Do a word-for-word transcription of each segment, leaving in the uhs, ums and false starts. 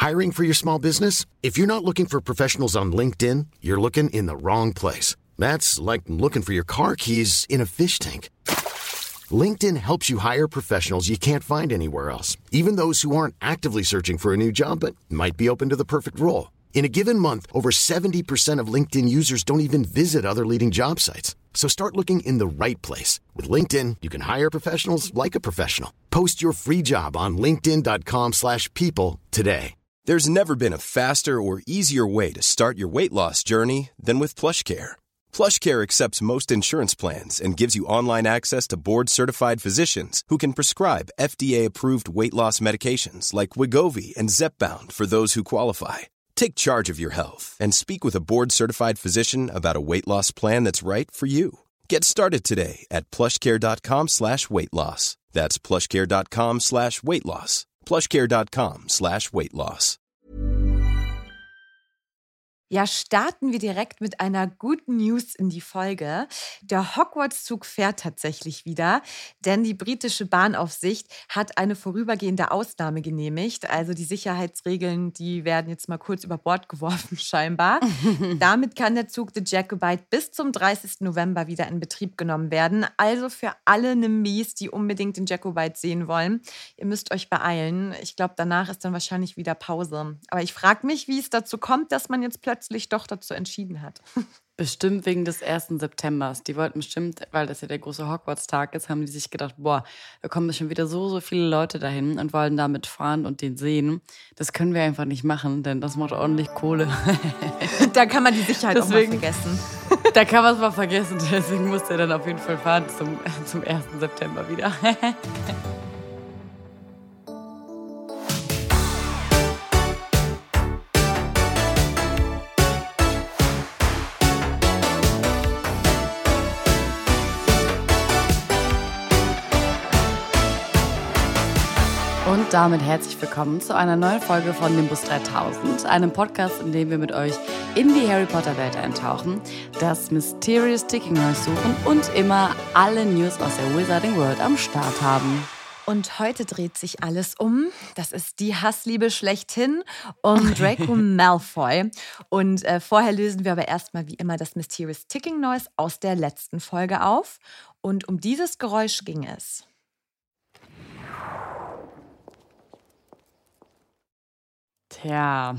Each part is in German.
Hiring for your small business? If you're not looking for professionals on LinkedIn, you're looking in the wrong place. That's like looking for your car keys in a fish tank. LinkedIn helps you hire professionals you can't find anywhere else, even those who aren't actively searching for a new job but might be open to the perfect role. In a given month, over seventy percent of LinkedIn users don't even visit other leading job sites. So start looking in the right place. With LinkedIn, you can hire professionals like a professional. Post your free job on linkedin.com slash people today. There's never been a faster or easier way to start your weight loss journey than with PlushCare. PlushCare accepts most insurance plans and gives you online access to board-certified physicians who can prescribe F D A-approved weight loss medications like Wegovy and Zepbound for those who qualify. Take charge of your health and speak with a board-certified physician about a weight loss plan that's right for you. Get started today at plushcare.com slash weight loss. That's plushcare.com slash weight loss. plushcare.com slash weight loss. Ja, starten wir direkt mit einer guten News in die Folge. Der Hogwarts-Zug fährt tatsächlich wieder, denn die britische Bahnaufsicht hat eine vorübergehende Ausnahme genehmigt. Also die Sicherheitsregeln, die werden jetzt mal kurz über Bord geworfen scheinbar. Damit kann der Zug The Jacobite bis zum dreißigsten November wieder in Betrieb genommen werden. Also für alle Nimbys, die unbedingt den Jacobite sehen wollen, ihr müsst euch beeilen. Ich glaube, danach ist dann wahrscheinlich wieder Pause. Aber ich frage mich, wie es dazu kommt, dass man jetzt plötzlich doch dazu entschieden hat. Bestimmt wegen des ersten Septembers. Die wollten bestimmt, weil das ja der große Hogwarts-Tag ist, haben die sich gedacht, boah, da kommen schon wieder so, so viele Leute dahin und wollen damit fahren und den sehen. Das können wir einfach nicht machen, denn das macht ordentlich Kohle. Da kann man die Sicherheit deswegen, auch mal vergessen. Da kann man es mal vergessen, deswegen muss der dann auf jeden Fall fahren zum, zum ersten September wieder. Und damit herzlich willkommen zu einer neuen Folge von Nimbus dreitausend, einem Podcast, in dem wir mit euch in die Harry Potter Welt eintauchen, das Mysterious Ticking Noise suchen und immer alle News aus der Wizarding World am Start haben. Und heute dreht sich alles um, das ist die Hassliebe schlechthin, um Draco Malfoy. Und äh, vorher lösen wir aber erstmal wie immer das Mysterious Ticking Noise aus der letzten Folge auf. Und um dieses Geräusch ging es. Tja,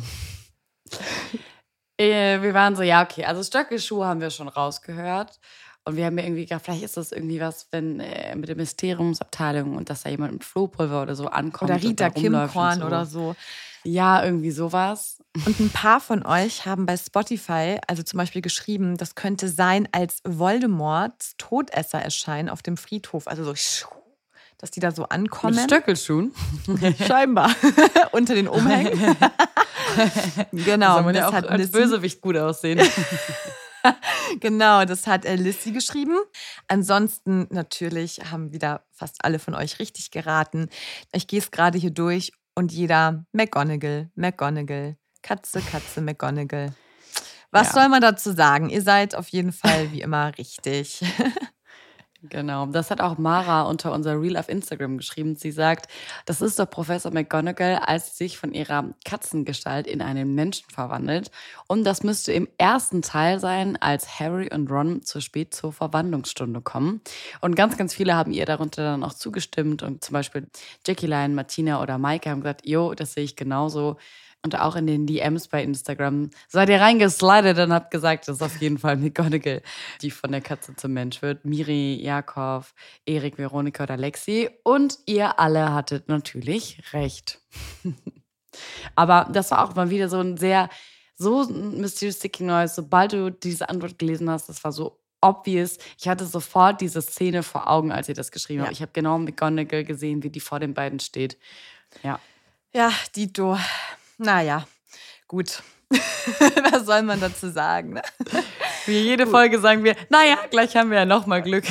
äh, wir waren so, ja okay, also Stöckelschuhe haben wir schon rausgehört und wir haben mir irgendwie gedacht, vielleicht ist das irgendwie was, wenn äh, mit der Mysteriumsabteilung und dass da jemand mit Flohpulver oder so ankommt. Oder Rita Kimkorn so. oder so. Ja, irgendwie sowas. Und ein paar von euch haben bei Spotify, also zum Beispiel geschrieben, das könnte sein, als Voldemorts Todesser erscheinen auf dem Friedhof, also so dass die da so ankommen. Mit Stöckelschuhen? Scheinbar. Unter den Umhängen. Genau. Soll man ja das auch hat als Lissy, Bösewicht gut aussehen. Genau, das hat äh, Lissy geschrieben. Ansonsten natürlich haben wieder fast alle von euch richtig geraten. Ich gehe es gerade hier durch und jeder McGonagall, McGonagall, Katze, Katze, McGonagall. Was ja. soll man dazu sagen? Ihr seid auf jeden Fall wie immer richtig. Genau, das hat auch Mara unter unser Reel auf Instagram geschrieben. Sie sagt, das ist doch Professor McGonagall, als sie sich von ihrer Katzengestalt in einen Menschen verwandelt. Und das müsste im ersten Teil sein, als Harry und Ron zu spät zur Verwandlungsstunde kommen. Und ganz, ganz viele haben ihr darunter dann auch zugestimmt. Und zum Beispiel Jackie Lyon, Martina oder Maike haben gesagt, jo, das sehe ich genauso. Und auch in den D Ms bei Instagram seid ihr reingeslidet und habt gesagt, das ist auf jeden Fall McGonagall, die von der Katze zum Mensch wird. Miri, Jakob, Erik, Veronika oder Lexi. Und ihr alle hattet natürlich recht. Aber das war auch mal wieder so ein sehr, so ein Mysterious Ticking Noise. Sobald du diese Antwort gelesen hast, das war so obvious. Ich hatte sofort diese Szene vor Augen, als ihr das geschrieben ja. habt. Ich habe genau McGonagall gesehen, wie die vor den beiden steht. Ja, ja Dito. Naja, gut. Was soll man dazu sagen? Ne? Wie jede Folge sagen wir, naja, gleich haben wir ja nochmal Glück.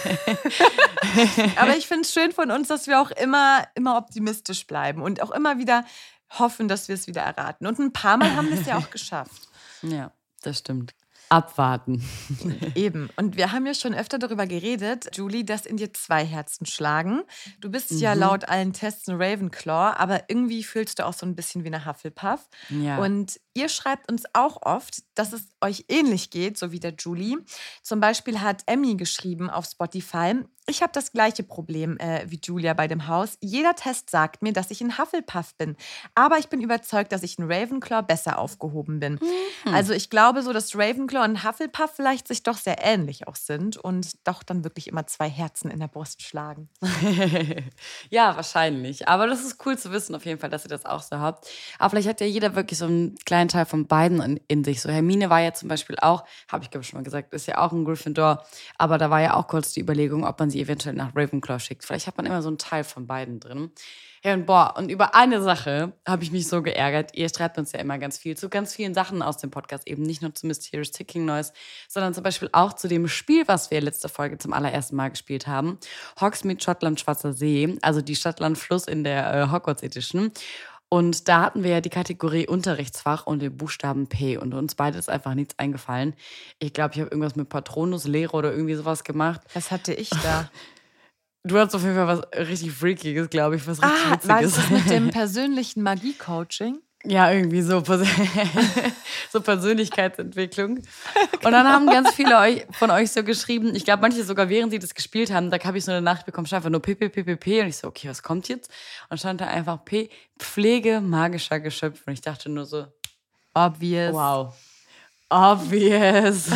Aber ich finde es schön von uns, dass wir auch immer, immer optimistisch bleiben und auch immer wieder hoffen, dass wir es wieder erraten. Und ein paar Mal haben wir es ja auch geschafft. Ja, das stimmt. Abwarten. Eben. Und wir haben ja schon öfter darüber geredet, Julie, dass in dir zwei Herzen schlagen. Du bist mhm. ja laut allen Tests ein Ravenclaw, aber irgendwie fühlst du auch so ein bisschen wie eine Hufflepuff. Ja. Und ihr schreibt uns auch oft, dass es euch ähnlich geht, so wie der Julie. Zum Beispiel hat Emmy geschrieben auf Spotify: Ich habe das gleiche Problem äh, wie Julia bei dem Haus. Jeder Test sagt mir, dass ich ein Hufflepuff bin. Aber ich bin überzeugt, dass ich ein Ravenclaw besser aufgehoben bin. Mhm. Also ich glaube so, dass Ravenclaw und Hufflepuff vielleicht sich doch sehr ähnlich auch sind und doch dann wirklich immer zwei Herzen in der Brust schlagen. Ja, wahrscheinlich. Aber das ist cool zu wissen auf jeden Fall, dass ihr das auch so habt. Aber vielleicht hat ja jeder wirklich so einen kleinen Teil von beiden in, in sich. So Hermine war ja zum Beispiel auch, habe ich glaube ich schon mal gesagt, ist ja auch ein Gryffindor. Aber da war ja auch kurz die Überlegung, ob man sie eventuell nach Ravenclaw schickt. Vielleicht hat man immer so einen Teil von beiden drin. Ja, und boah, und über eine Sache habe ich mich so geärgert. Ihr schreibt uns ja immer ganz viel zu ganz vielen Sachen aus dem Podcast, eben nicht nur zu Mysterious Ticking Noise, sondern zum Beispiel auch zu dem Spiel, was wir letzte Folge zum allerersten Mal gespielt haben. Hogsmeade Schottland Schwarzer See, also die Stadtland-Fluss in der äh, Hogwarts Edition. Und da hatten wir ja die Kategorie Unterrichtsfach und den Buchstaben P. Und uns beide ist einfach nichts eingefallen. Ich glaube, ich habe irgendwas mit Patronus, Lehre oder irgendwie sowas gemacht. Was hatte ich da? Du hast auf jeden Fall was richtig Freakiges, glaube ich, was richtig ah, Witziges. War das mit dem persönlichen Magie-Coaching? Ja, irgendwie so, so Persönlichkeitsentwicklung. Und dann haben ganz viele euch, von euch so geschrieben, ich glaube, manche sogar, während sie das gespielt haben, da habe ich so eine Nachricht bekommen, stand einfach nur P, P, P, P, P. Und ich so, okay, was kommt jetzt? Und stand da einfach P, Pflege magischer Geschöpfe. Und ich dachte nur so, obvious. Wow. Obvious.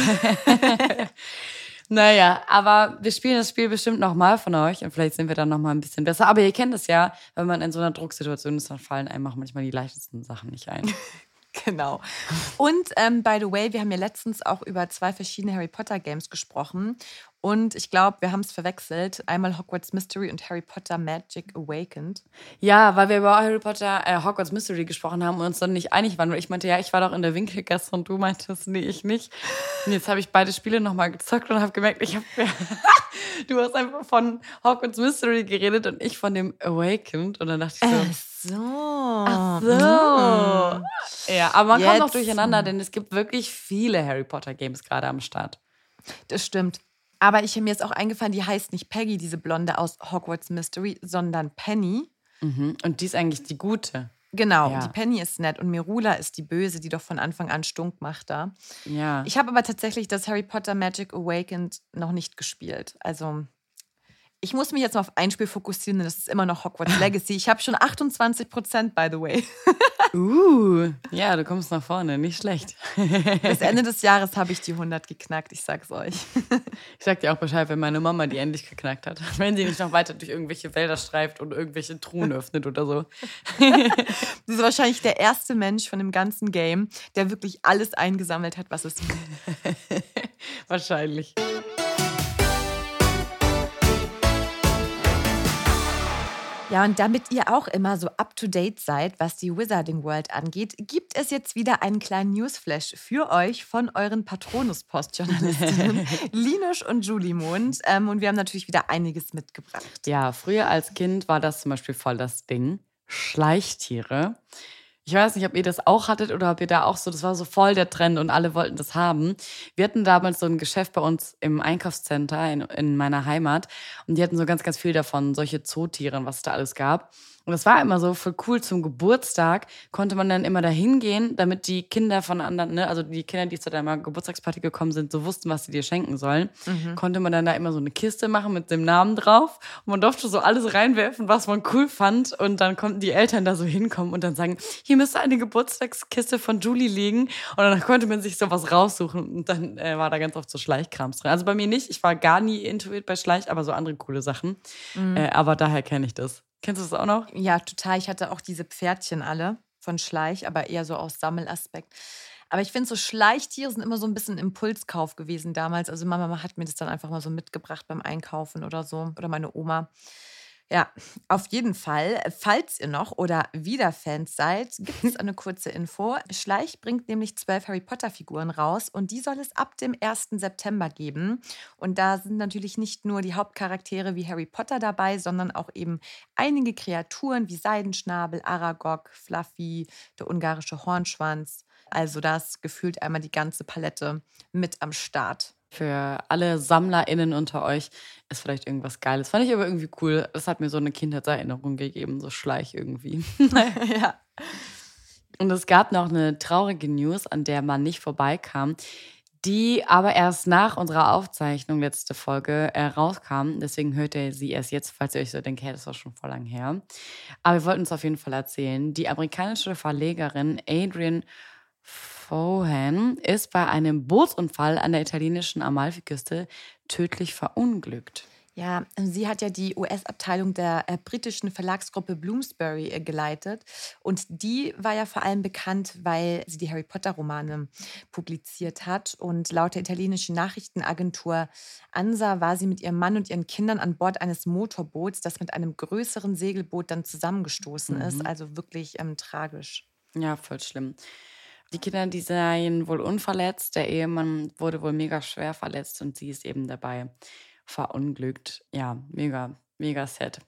Naja, aber wir spielen das Spiel bestimmt nochmal von euch und vielleicht sind wir dann nochmal ein bisschen besser. Aber ihr kennt es ja, wenn man in so einer Drucksituation ist, dann fallen einem auch manchmal die leichtesten Sachen nicht ein. Genau. Und ähm, by the way, wir haben ja letztens auch über zwei verschiedene Harry Potter Games gesprochen. Und ich glaube, wir haben es verwechselt. Einmal Hogwarts Mystery und Harry Potter Magic Awakened. Ja, weil wir über Harry Potter äh, Hogwarts Mystery gesprochen haben und uns dann nicht einig waren. Weil ich meinte, ja, ich war doch in der Winkelgasse und du meintest, nee, ich nicht. Und jetzt habe ich beide Spiele nochmal gezockt und habe gemerkt, ich habe du hast einfach von Hogwarts Mystery geredet und ich von dem Awakened. Und dann dachte ich so, Ach so. Ach so. Mhm. Ja, aber man Jetzt. kommt auch durcheinander, denn es gibt wirklich viele Harry Potter Games gerade am Start. Das stimmt. Aber ich, mir ist auch eingefallen, die heißt nicht Peggy, diese Blonde aus Hogwarts Mystery, sondern Penny. Mhm. Und die ist eigentlich die Gute. Genau, Ja. die Penny ist nett und Merula ist die Böse, die doch von Anfang an stunk macht da. Ja. Ich habe aber tatsächlich das Harry Potter Magic Awakened noch nicht gespielt. Also ich muss mich jetzt mal auf ein Spiel fokussieren, das ist immer noch Hogwarts Legacy. Ich habe schon achtundzwanzig Prozent, by the way. Uh, ja, du kommst nach vorne, nicht schlecht. Bis Ende des Jahres habe ich die hundert geknackt, ich sag's euch. Ich sag dir auch Bescheid, wenn meine Mama die endlich geknackt hat. Wenn sie nicht noch weiter durch irgendwelche Wälder streift und irgendwelche Truhen öffnet oder so. Du bist wahrscheinlich der erste Mensch von dem ganzen Game, der wirklich alles eingesammelt hat, was es gibt. Wahrscheinlich. Ja, und damit ihr auch immer so up-to-date seid, was die Wizarding World angeht, gibt es jetzt wieder einen kleinen Newsflash für euch von euren Patronus-Postjournalistinnen Linus und Julie Mond. Ähm, und wir haben natürlich wieder einiges mitgebracht. Ja, früher als Kind war das zum Beispiel voll das Ding. Schleichtiere. Ich weiß nicht, ob ihr das auch hattet oder ob ihr da auch so, das war so voll der Trend und alle wollten das haben. Wir hatten damals so ein Geschäft bei uns im Einkaufscenter in, in meiner Heimat und die hatten so ganz, ganz viel davon, solche Zootiere, was es da alles gab. Und das war immer so voll cool. Zum Geburtstag konnte man dann immer da hingehen, damit die Kinder von anderen, ne, also die Kinder, die zu deiner Geburtstagsparty gekommen sind, so wussten, was sie dir schenken sollen. Mhm. Konnte man dann da immer so eine Kiste machen mit dem Namen drauf. Und man durfte so alles reinwerfen, was man cool fand. Und dann konnten die Eltern da so hinkommen und dann sagen, hier müsste eine Geburtstagskiste von Julie liegen. Und dann konnte man sich sowas raussuchen. Und dann äh, war da ganz oft so Schleichkrams drin. Also bei mir nicht. Ich war gar nie into it bei Schleich, aber so andere coole Sachen. Mhm. Äh, aber daher kenne ich das. Kennst du das auch noch? Ja, total. Ich hatte auch diese Pferdchen alle von Schleich, aber eher so aus Sammelaspekt. Aber ich finde, so Schleichtiere sind immer so ein bisschen Impulskauf gewesen damals. Also Mama hat mir das dann einfach mal so mitgebracht beim Einkaufen oder so. Oder meine Oma. Ja, auf jeden Fall. Falls ihr noch oder wieder Fans seid, gibt es eine kurze Info. Schleich bringt nämlich zwölf Harry-Potter-Figuren raus und die soll es ab dem ersten September geben. Und da sind natürlich nicht nur die Hauptcharaktere wie Harry Potter dabei, sondern auch eben einige Kreaturen wie Seidenschnabel, Aragog, Fluffy, der ungarische Hornschwanz. Also da ist gefühlt einmal die ganze Palette mit am Start. Für alle SammlerInnen unter euch ist vielleicht irgendwas Geiles. Fand ich aber irgendwie cool. Das hat mir so eine Kindheitserinnerung gegeben, so Schleich irgendwie. Ja. Und es gab noch eine traurige News, an der man nicht vorbeikam, die aber erst nach unserer Aufzeichnung letzte Folge äh, rauskam. Deswegen hört ihr sie erst jetzt, falls ihr euch so denkt, hey, das war schon voll lang her. Aber wir wollten es auf jeden Fall erzählen. Die amerikanische Verlegerin Adrienne Fohan ist bei einem Bootsunfall an der italienischen Amalfiküste tödlich verunglückt. Ja, sie hat ja die U S-Abteilung der äh, britischen Verlagsgruppe Bloomsbury äh, geleitet. Und die war ja vor allem bekannt, weil sie die Harry Potter-Romane publiziert hat. Und laut der italienischen Nachrichtenagentur ANSA war sie mit ihrem Mann und ihren Kindern an Bord eines Motorboots, das mit einem größeren Segelboot dann zusammengestoßen Mhm. ist. Also wirklich ähm, tragisch. Ja, voll schlimm. Die Kinder, die seien wohl unverletzt. Der Ehemann wurde wohl mega schwer verletzt und sie ist eben dabei verunglückt. Ja, mega, mega sad.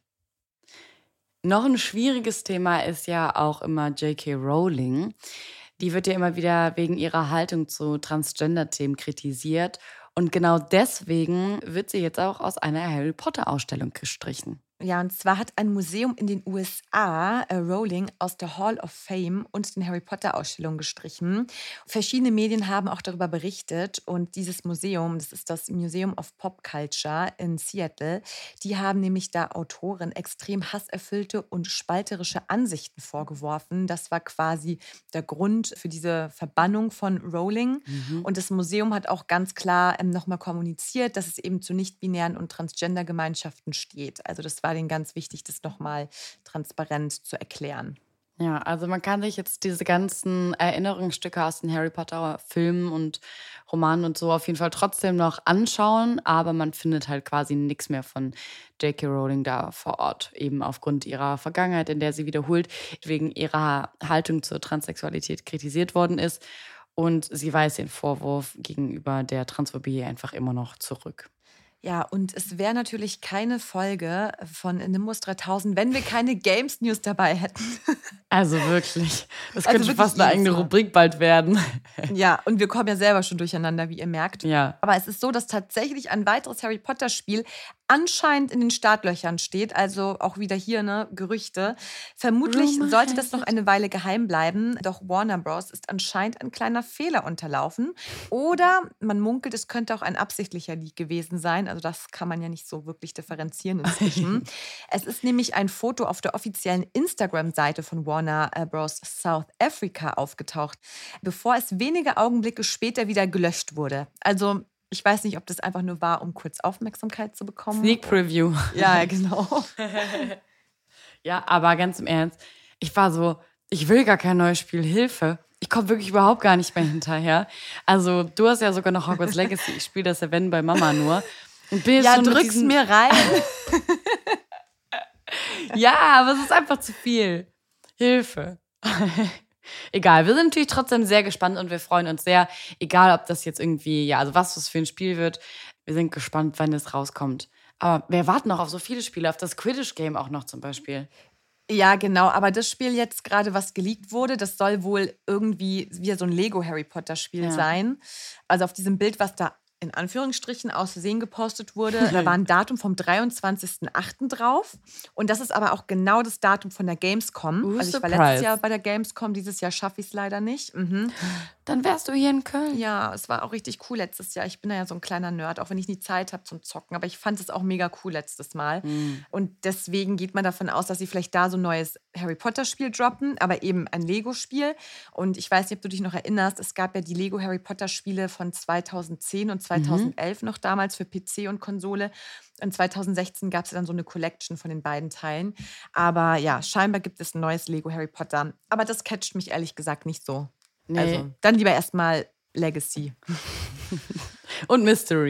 Noch ein schwieriges Thema ist ja auch immer J K. Rowling. Die wird ja immer wieder wegen ihrer Haltung zu Transgender-Themen kritisiert. Und genau deswegen wird sie jetzt auch aus einer Harry Potter-Ausstellung gestrichen. Ja, und zwar hat ein Museum in den U S A äh, Rowling aus der Hall of Fame und den Harry Potter-Ausstellungen gestrichen. Verschiedene Medien haben auch darüber berichtet und dieses Museum, das ist das Museum of Pop Culture in Seattle, die haben nämlich da Autoren extrem hasserfüllte und spalterische Ansichten vorgeworfen. Das war quasi der Grund für diese Verbannung von Rowling. Mhm. Und das Museum hat auch ganz klar ähm, nochmal kommuniziert, dass es eben zu nicht-binären und Transgender-Gemeinschaften steht. Also das war denen ganz wichtig, das nochmal transparent zu erklären. Ja, also man kann sich jetzt diese ganzen Erinnerungsstücke aus den Harry Potter Filmen und Romanen und so auf jeden Fall trotzdem noch anschauen, aber man findet halt quasi nichts mehr von J K. Rowling da vor Ort, eben aufgrund ihrer Vergangenheit, in der sie wiederholt wegen ihrer Haltung zur Transsexualität kritisiert worden ist. Und sie weist den Vorwurf gegenüber der Transphobie einfach immer noch zurück. Ja, und es wäre natürlich keine Folge von Nimbus dreitausend, wenn wir keine Games-News dabei hätten. Also wirklich, das Also könnte wirklich fast eine jedes eigene Mal. Rubrik bald werden. Ja, und wir kommen ja selber schon durcheinander, wie ihr merkt. Ja. Aber es ist so, dass tatsächlich ein weiteres Harry Potter-Spiel anscheinend in den Startlöchern steht. Also auch wieder hier, ne, Gerüchte. Vermutlich Rumor sollte das has noch it. eine Weile geheim bleiben. Doch Warner Bros. Ist anscheinend ein kleiner Fehler unterlaufen. Oder man munkelt, es könnte auch ein absichtlicher Leak gewesen sein. Also das kann man ja nicht so wirklich differenzieren inzwischen. Es ist nämlich ein Foto auf der offiziellen Instagram-Seite von Warner Bros. South Africa aufgetaucht, bevor es wenige Augenblicke später wieder gelöscht wurde. Also ich weiß nicht, ob das einfach nur war, um kurz Aufmerksamkeit zu bekommen. Sneak Preview. Ja, genau. Ja, aber ganz im Ernst, ich war so, ich will gar kein neues Spiel, Hilfe. Ich komme wirklich überhaupt gar nicht mehr hinterher. Also du hast ja sogar noch Hogwarts Legacy, ich spiele das ja wenn bei Mama nur. Und bin jetzt Ja, schon mit drück's diesen- mir rein. Ja, aber es ist einfach zu viel. Hilfe. Egal, wir sind natürlich trotzdem sehr gespannt und wir freuen uns sehr, egal ob das jetzt irgendwie, ja, also was das für ein Spiel wird. Wir sind gespannt, wann es rauskommt. Aber wir warten noch auf so viele Spiele, auf das Quidditch-Game auch noch zum Beispiel. Ja, genau. Aber das Spiel jetzt gerade, was geleakt wurde, das soll wohl irgendwie wieder so ein Lego-Harry Potter-Spiel Ja. sein. Also auf diesem Bild, was da in Anführungsstrichen aus Versehen gepostet wurde, da war ein Datum vom dreiundzwanzigsten achten drauf. Und das ist aber auch genau das Datum von der Gamescom. Uh, also ich war surprise. letztes Jahr bei der Gamescom, dieses Jahr schaffe ich es leider nicht. Mhm. Dann wärst du hier in Köln. Ja, es war auch richtig cool letztes Jahr. Ich bin ja so ein kleiner Nerd, auch wenn ich nie Zeit habe zum Zocken. Aber ich fand es auch mega cool letztes Mal. Mhm. Und deswegen geht man davon aus, dass sie vielleicht da so ein neues Harry Potter-Spiel droppen, aber eben ein Lego-Spiel. Und ich weiß nicht, ob du dich noch erinnerst, es gab ja die Lego Harry Potter-Spiele von zweitausendzehn und zweitausendelf noch damals für P C und Konsole. Und zweitausendsechzehn gab es dann so eine Collection von den beiden Teilen. Aber ja, scheinbar gibt es ein neues Lego Harry Potter. Aber das catcht mich ehrlich gesagt nicht so. Nee. Also dann lieber erstmal Legacy. Und Mystery.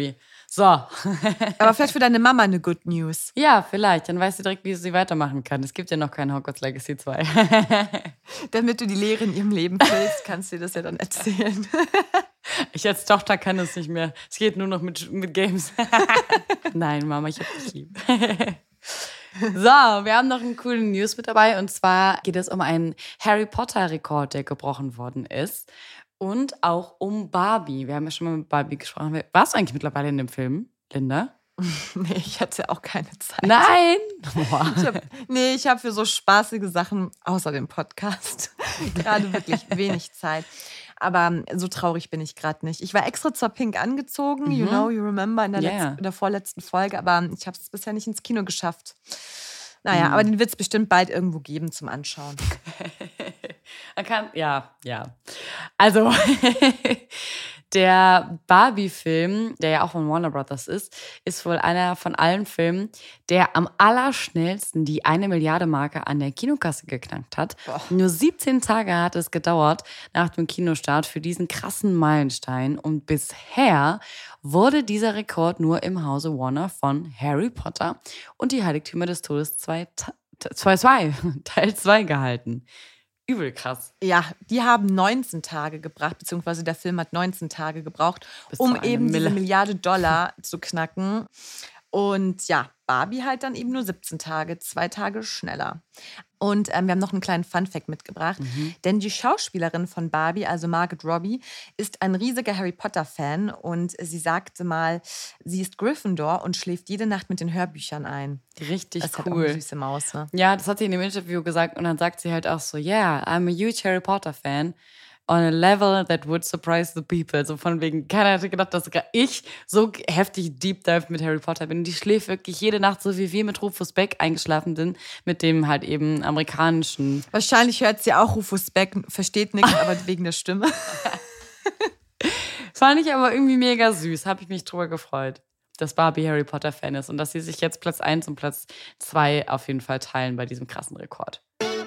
So. Aber vielleicht für deine Mama eine Good News. Ja, vielleicht. Dann weiß sie direkt, wie sie weitermachen kann. Es gibt ja noch kein Hogwarts Legacy zwei. Damit du die Lehre in ihrem Leben füllst, kannst du dir das ja dann erzählen. Ich als Tochter kann es nicht mehr. Es geht nur noch mit, mit Games. Nein, Mama, ich hab dich lieb. So, wir haben noch einen coolen News mit dabei. Und zwar geht es um einen Harry Potter-Rekord, der gebrochen worden ist. Und auch um Barbie. Wir haben ja schon mal mit Barbie gesprochen. Warst du eigentlich mittlerweile in dem Film, Linda? Nee, ich hatte auch keine Zeit. Nein! Ich hab, nee, ich habe für so spaßige Sachen, außer dem Podcast, gerade wirklich wenig Zeit. Aber so traurig bin ich gerade nicht. Ich war extra zur Pink angezogen, mhm. you know, you remember, in der, yeah. letzten, in der vorletzten Folge. Aber ich habe es bisher nicht ins Kino geschafft. Naja, mhm. aber den wird es bestimmt bald irgendwo geben zum Anschauen. Man kann, ja, ja. Also, der Barbie-Film, der ja auch von Warner Brothers ist, ist wohl einer von allen Filmen, der am allerschnellsten die eine Milliarde Marke an der Kinokasse geknackt hat. Boah. Nur siebzehn Tage hat es gedauert nach dem Kinostart für diesen krassen Meilenstein. Und bisher wurde dieser Rekord nur im Hause Warner von Harry Potter und die Heiligtümer des Todes zwei, zwei, zwei, Teil zwei gehalten. Übel krass. Ja, die haben neunzehn Tage gebracht, beziehungsweise der Film hat neunzehn Tage gebraucht, um eben Mille. diese Milliarde Dollar zu knacken. Und ja, Barbie halt dann eben nur siebzehn Tage, zwei Tage schneller. Und ähm, wir haben noch einen kleinen Funfact mitgebracht, mhm. denn die Schauspielerin von Barbie, also Margot Robbie, ist ein riesiger Harry Potter-Fan und sie sagte mal, sie ist Gryffindor und schläft jede Nacht mit den Hörbüchern ein. Richtig das cool. Das hat auch eine süße Maus, ne? Ja, das hat sie in dem Interview gesagt und dann sagt sie halt auch so, yeah, I'm a huge Harry Potter-Fan. On a level that would surprise the people. So von wegen, keiner hätte gedacht, dass sogar ich so heftig deep dive mit Harry Potter bin. Die schläft wirklich jede Nacht, so wie wir mit Rufus Beck eingeschlafen sind, mit dem halt eben amerikanischen. Wahrscheinlich hört sie auch Rufus Beck, versteht nichts, aber wegen der Stimme. Fand ich aber irgendwie mega süß, habe ich mich drüber gefreut, dass Barbie Harry Potter Fan ist und dass sie sich jetzt Platz eins und Platz zwei auf jeden Fall teilen bei diesem krassen Rekord.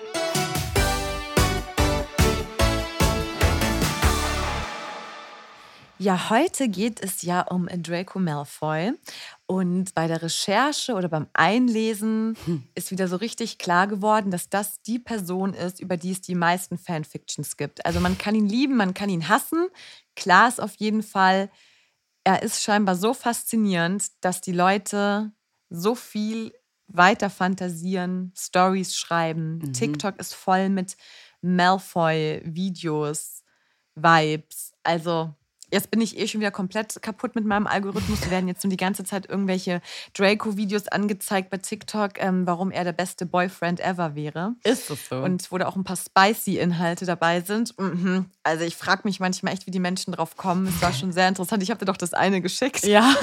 Ja, heute geht es ja um Draco Malfoy und bei der Recherche oder beim Einlesen hm. ist wieder so richtig klar geworden, dass das die Person ist, über die es die meisten Fanfictions gibt. Also man kann ihn lieben, man kann ihn hassen. Klar ist auf jeden Fall, er ist scheinbar so faszinierend, dass die Leute so viel weiter fantasieren, Stories schreiben. Mhm. TikTok ist voll mit Malfoy-Videos, Vibes, also jetzt bin ich eh schon wieder komplett kaputt mit meinem Algorithmus. Wir werden jetzt nur die ganze Zeit irgendwelche Draco-Videos angezeigt bei TikTok, ähm, warum er der beste Boyfriend ever wäre. Ist das so? Und wo da auch ein paar Spicy-Inhalte dabei sind. Mhm. Also ich frage mich manchmal echt, wie die Menschen drauf kommen. Es war schon sehr interessant. Ich habe dir doch das eine geschickt. Ja.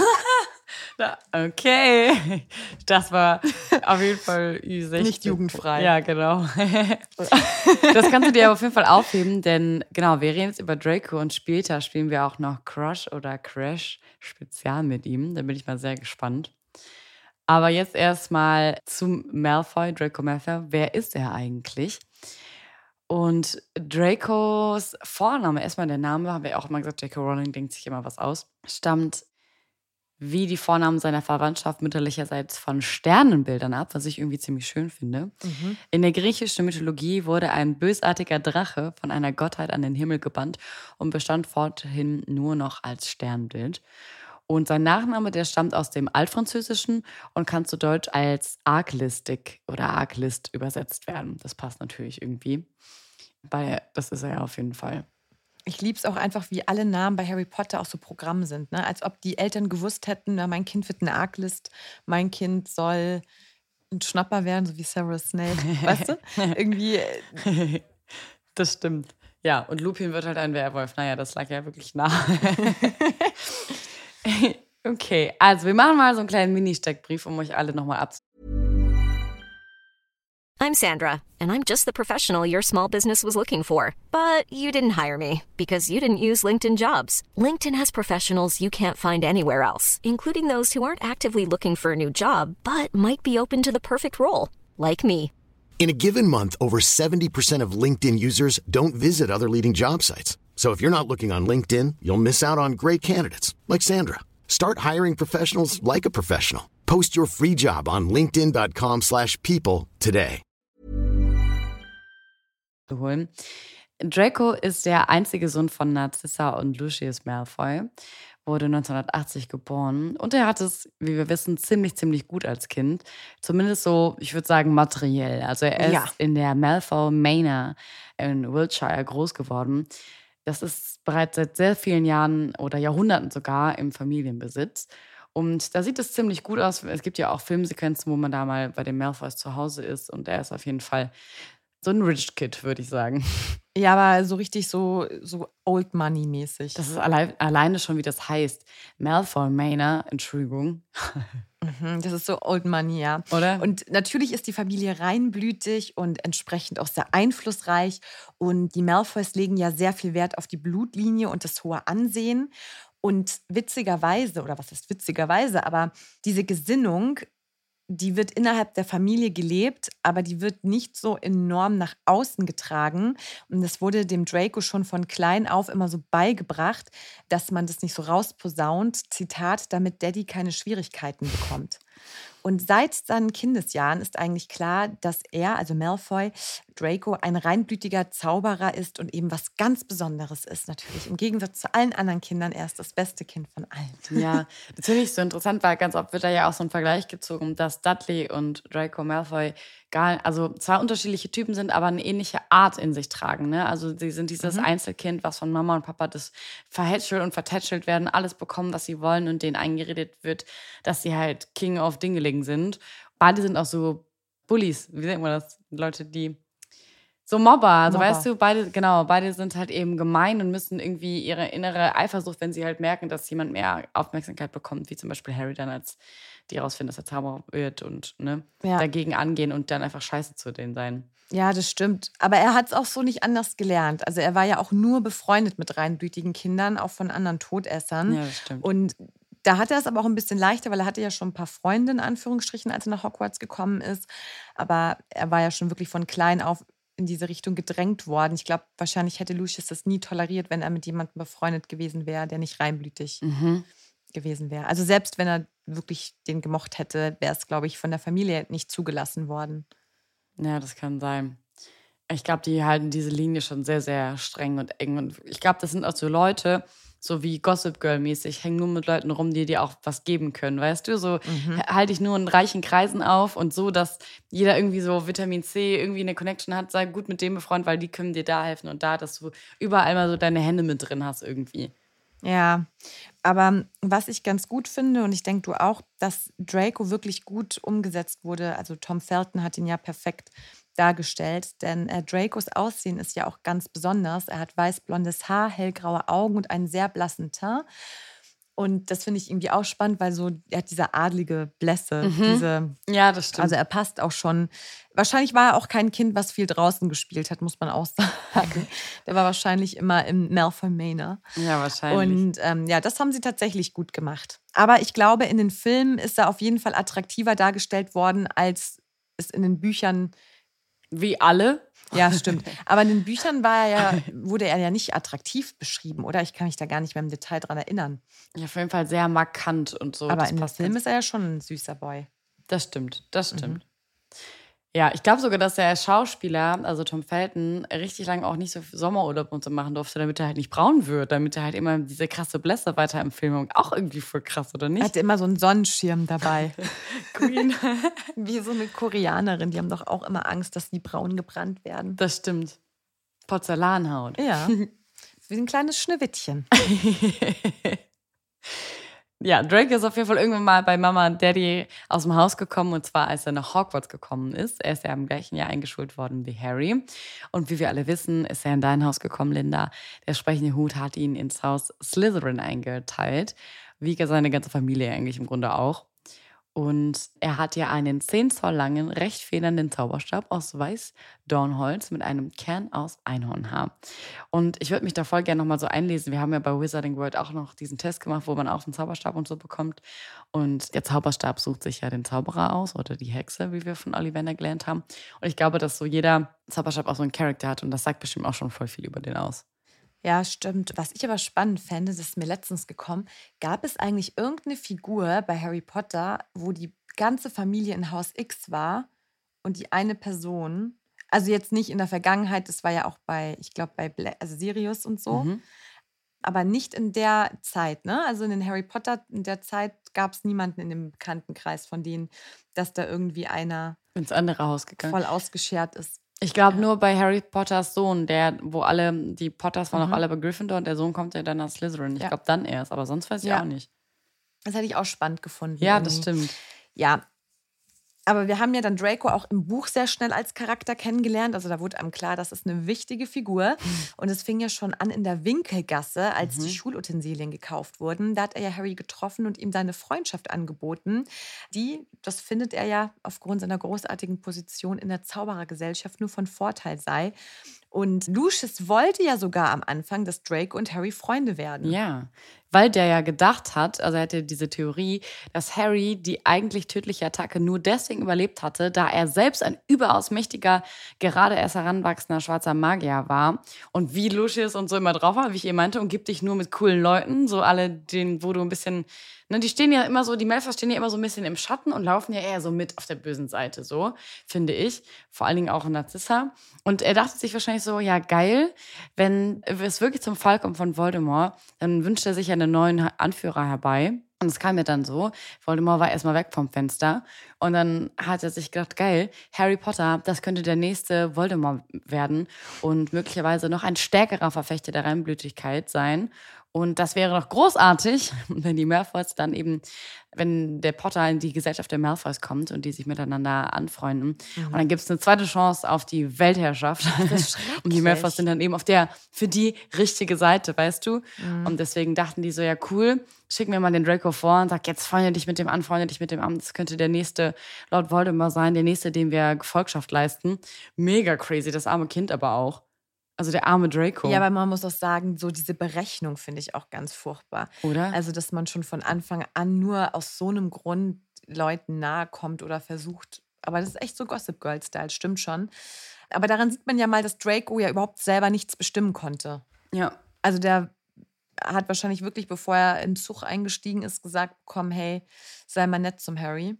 Okay. Das war auf jeden Fall Ü sechzehn. Nicht jugendfrei. Ja, genau. Das kannst du dir aber auf jeden Fall aufheben, denn genau, wir reden jetzt über Draco und später spielen wir auch noch Crush oder Crash Spezial mit ihm. Da bin ich mal sehr gespannt. Aber jetzt erstmal zum Malfoy, Draco Malfoy. Wer ist er eigentlich? Und Dracos Vorname, erstmal der Name, haben wir auch immer gesagt, J K Rowling denkt sich immer was aus, stammt wie die Vornamen seiner Verwandtschaft mütterlicherseits von Sternenbildern ab, was ich irgendwie ziemlich schön finde. Mhm. In der griechischen Mythologie wurde ein bösartiger Drache von einer Gottheit an den Himmel gebannt und bestand forthin nur noch als Sternbild. Und sein Nachname, der stammt aus dem Altfranzösischen und kann zu Deutsch als Arglistig oder Arglist übersetzt werden. Das passt natürlich irgendwie. Weil das ist er ja auf jeden Fall. Ich liebe es auch einfach, wie alle Namen bei Harry Potter auch so Programm sind. Ne? Als ob die Eltern gewusst hätten, na, mein Kind wird eine Arglist, mein Kind soll ein Schnapper werden, so wie Severus Snape. Weißt du? Irgendwie. Das stimmt. Ja, und Lupin wird halt ein Werwolf. Naja, das lag ja wirklich nah. Okay, also wir machen mal so einen kleinen Mini-Steckbrief, um euch alle nochmal abzuholen. I'm Sandra, and I'm just the professional your small business was looking for. But you didn't hire me because you didn't use LinkedIn Jobs. LinkedIn has professionals you can't find anywhere else, including those who aren't actively looking for a new job, but might be open to the perfect role, like me. In a given month, over seventy percent of LinkedIn users don't visit other leading job sites. So if you're not looking on LinkedIn, you'll miss out on great candidates like Sandra. Start hiring professionals like a professional. Post your free job on linkedin dot com slash people today. Holen. Draco ist der einzige Sohn von Narcissa und Lucius Malfoy, wurde neunzehnhundertachtzig geboren und er hat es, wie wir wissen, ziemlich, ziemlich gut als Kind. Zumindest so, ich würde sagen, materiell. Also er ist Ja. in der Malfoy Manor in Wiltshire groß geworden. Das ist bereits seit sehr vielen Jahren oder Jahrhunderten sogar im Familienbesitz. Und da sieht es ziemlich gut aus. Es gibt ja auch Filmsequenzen, wo man da mal bei den Malfoys zu Hause ist und er ist auf jeden Fall so ein Rich Kid, würde ich sagen. Ja, aber so richtig so, so Old Money-mäßig. Das ist allein, alleine schon, wie das heißt. Malfoy Manor, Entschuldigung. Mhm, das ist so Old Money, ja. Oder? Und natürlich ist die Familie reinblütig und entsprechend auch sehr einflussreich. Und die Malfoys legen ja sehr viel Wert auf die Blutlinie und das hohe Ansehen. Und witzigerweise, oder was heißt witzigerweise, aber diese Gesinnung, die wird innerhalb der Familie gelebt, aber die wird nicht so enorm nach außen getragen. Und das wurde dem Draco schon von klein auf immer so beigebracht, dass man das nicht so rausposaunt. Zitat, damit Daddy keine Schwierigkeiten bekommt. Und seit seinen Kindesjahren ist eigentlich klar, dass er, also Malfoy, Draco, ein reinblütiger Zauberer ist und eben was ganz Besonderes ist natürlich. Im Gegensatz zu allen anderen Kindern, er ist das beste Kind von allen. Ja, das finde ich so interessant, weil ganz oft wird da ja auch so ein Vergleich gezogen, dass Dudley und Draco Malfoy gar, also zwei unterschiedliche Typen sind, aber eine ähnliche Art in sich tragen. Ne? Also sie sind dieses mhm. Einzelkind, was von Mama und Papa das verhätschelt und vertätschelt werden, alles bekommen, was sie wollen und denen eingeredet wird, dass sie halt King of Dingeling sind. Beide sind auch so Bullies, wie nennt man das? Leute, die so Mobber, also Mobber. weißt du, beide, genau, beide sind halt eben gemein und müssen irgendwie ihre innere Eifersucht, wenn sie halt merken, dass jemand mehr Aufmerksamkeit bekommt, wie zum Beispiel Harry dann, als die rausfinden, dass er Zauberer wird und ne, Ja. dagegen angehen und dann einfach scheiße zu denen sein. Ja, das stimmt. Aber er hat es auch so nicht anders gelernt. Also er war ja auch nur befreundet mit reinblütigen Kindern, auch von anderen Todessern. Ja, das stimmt. Und da hatte er es aber auch ein bisschen leichter, weil er hatte ja schon ein paar Freunde, in Anführungsstrichen, als er nach Hogwarts gekommen ist. Aber er war ja schon wirklich von klein auf in diese Richtung gedrängt worden. Ich glaube, wahrscheinlich hätte Lucius das nie toleriert, wenn er mit jemandem befreundet gewesen wäre, der nicht reinblütig Mhm. gewesen wäre. Also selbst wenn er wirklich den gemocht hätte, wäre es, glaube ich, von der Familie nicht zugelassen worden. Ja, das kann sein. Ich glaube, die halten diese Linie schon sehr, sehr streng und eng. Und ich glaube, das sind auch so Leute, so wie Gossip Girl-mäßig, hängen nur mit Leuten rum, die dir auch was geben können, weißt du? So Mhm. halte ich nur in reichen Kreisen auf und so, dass jeder irgendwie so Vitamin C irgendwie eine Connection hat, sei gut mit dem befreundet, weil die können dir da helfen und da, dass du überall mal so deine Hände mit drin hast irgendwie. Ja, aber was ich ganz gut finde, und ich denke du auch, dass Draco wirklich gut umgesetzt wurde. Also Tom Felton hat ihn ja perfekt dargestellt, denn äh, Dracos Aussehen ist ja auch ganz besonders. Er hat weißblondes Haar, hellgraue Augen und einen sehr blassen Teint. Und das finde ich irgendwie auch spannend, weil so er hat diese adlige Blässe, Mhm. diese, Ja, das stimmt. also er passt auch schon. Wahrscheinlich war er auch kein Kind, was viel draußen gespielt hat, muss man auch sagen. Der war wahrscheinlich immer im Malfoy Manor. ja, wahrscheinlich. Und ähm, ja, das haben sie tatsächlich gut gemacht. Aber ich glaube, in den Filmen ist er auf jeden Fall attraktiver dargestellt worden, als es in den Büchern. Wie alle? Ja, stimmt. Aber in den Büchern war er ja, wurde er ja nicht attraktiv beschrieben, oder? Ich kann mich da gar nicht mehr im Detail dran erinnern. Ja, auf jeden Fall sehr markant und so. Aber Das in dem passt Film ganz- ist er ja schon ein süßer Boy. Das stimmt, das stimmt. Mhm. Ja, ich glaube sogar, dass der Schauspieler, also Tom Felton, richtig lange auch nicht so viel Sommerurlaub und so machen durfte, damit er halt nicht braun wird, damit er halt immer diese krasse Blässe weiter im Film hat. Auch irgendwie voll krass, oder Er nicht? hatte immer so einen Sonnenschirm dabei. Queen. Wie so eine Koreanerin. Die haben doch auch immer Angst, dass die braun gebrannt werden. Das stimmt. Porzellanhaut. Ja. Wie ein kleines Schneewittchen. Ja, Drake ist auf jeden Fall irgendwann mal bei Mama und Daddy aus dem Haus gekommen, und zwar als er nach Hogwarts gekommen ist. Er ist ja im gleichen Jahr eingeschult worden wie Harry. Und wie wir alle wissen, ist er in dein Haus gekommen, Linda. Der sprechende Hut hat ihn ins Haus Slytherin eingeteilt, wie seine ganze Familie eigentlich im Grunde auch. Und er hat ja einen zehn Zoll langen, recht federnden Zauberstab aus Weiß-Dornholz mit einem Kern aus Einhornhaar. Und ich würde mich da voll gerne nochmal so einlesen. Wir haben ja bei Wizarding World auch noch diesen Test gemacht, wo man auch den Zauberstab und so bekommt. Und der Zauberstab sucht sich ja den Zauberer aus oder die Hexe, wie wir von Ollivander gelernt haben. Und ich glaube, dass so jeder Zauberstab auch so einen Charakter hat, und das sagt bestimmt auch schon voll viel über den aus. Ja, stimmt. Was ich aber spannend fände, das ist mir letztens gekommen, gab es eigentlich irgendeine Figur bei Harry Potter, wo die ganze Familie in Haus X war und die eine Person, also jetzt nicht in der Vergangenheit, das war ja auch bei, ich glaube, bei Bla also Sirius und so, Mhm. aber nicht in der Zeit, ne? Also in den Harry Potter, in der Zeit gab es niemanden in dem Bekanntenkreis von denen, dass da irgendwie einer Ins andere Haus gegangen. voll ausgeschert ist. Ich glaube Ja. nur bei Harry Potters Sohn, der, wo alle, die Potters waren Mhm. auch alle bei Gryffindor und der Sohn kommt ja dann nach Slytherin. Ich Ja. glaube dann erst, aber sonst weiß ich Ja. auch nicht. Das hätte ich auch spannend gefunden. Ja, das irgendwie. stimmt. Ja, aber wir haben ja dann Draco auch im Buch sehr schnell als Charakter kennengelernt. Also da wurde einem klar, das ist eine wichtige Figur. Und es fing ja schon an in der Winkelgasse, als Mhm. die Schulutensilien gekauft wurden. Da hat er ja Harry getroffen und ihm seine Freundschaft angeboten, die, das findet er ja aufgrund seiner großartigen Position in der Zauberergesellschaft nur von Vorteil sei. Und Lucius wollte ja sogar am Anfang, dass Draco und Harry Freunde werden. Ja, weil der ja gedacht hat, also er hatte diese Theorie, dass Harry die eigentlich tödliche Attacke nur deswegen überlebt hatte, da er selbst ein überaus mächtiger, gerade erst heranwachsender schwarzer Magier war. Und wie Lucius und so immer drauf war, wie ich eben meinte, umgib dich nur mit coolen Leuten, so alle, denen, wo du ein bisschen, ne, die stehen ja immer so, die Malfoys stehen ja immer so ein bisschen im Schatten und laufen ja eher so mit auf der bösen Seite, so, finde ich. Vor allen Dingen auch Narcissa. Und er dachte sich wahrscheinlich so, ja geil, wenn es wirklich zum Fall kommt von Voldemort, dann wünscht er sich ja einen neuen Anführer herbei. Und es kam ja dann so, Voldemort war erstmal weg vom Fenster und dann hat er sich gedacht, geil, Harry Potter, das könnte der nächste Voldemort werden und möglicherweise noch ein stärkerer Verfechter der Reinblütigkeit sein. Und das wäre doch großartig, wenn die Malfoys dann eben, wenn der Potter in die Gesellschaft der Malfoys kommt und die sich miteinander anfreunden. Mhm. Und dann gibt es eine zweite Chance auf die Weltherrschaft. Das ist schrecklich. Und die Malfoys sind dann eben auf der für die richtige Seite, weißt du? Mhm. Und deswegen dachten die so, ja cool, schick mir mal den Draco vor und sag, jetzt freunde dich mit dem an, freunde dich mit dem an. Das könnte der nächste Lord Voldemort sein, der nächste, dem wir Gefolgschaft leisten. Mega crazy, das arme Kind aber auch. Also der arme Draco. Ja, aber man muss auch sagen, so diese Berechnung finde ich auch ganz furchtbar. Oder? Also, dass man schon von Anfang an nur aus so einem Grund Leuten nahe kommt oder versucht. Aber das ist echt so Gossip Girl-Style, stimmt schon. Aber daran sieht man ja mal, dass Draco ja überhaupt selber nichts bestimmen konnte. Ja. Also der hat wahrscheinlich wirklich, bevor er in den Zug eingestiegen ist, gesagt, komm, hey, sei mal nett zum Harry.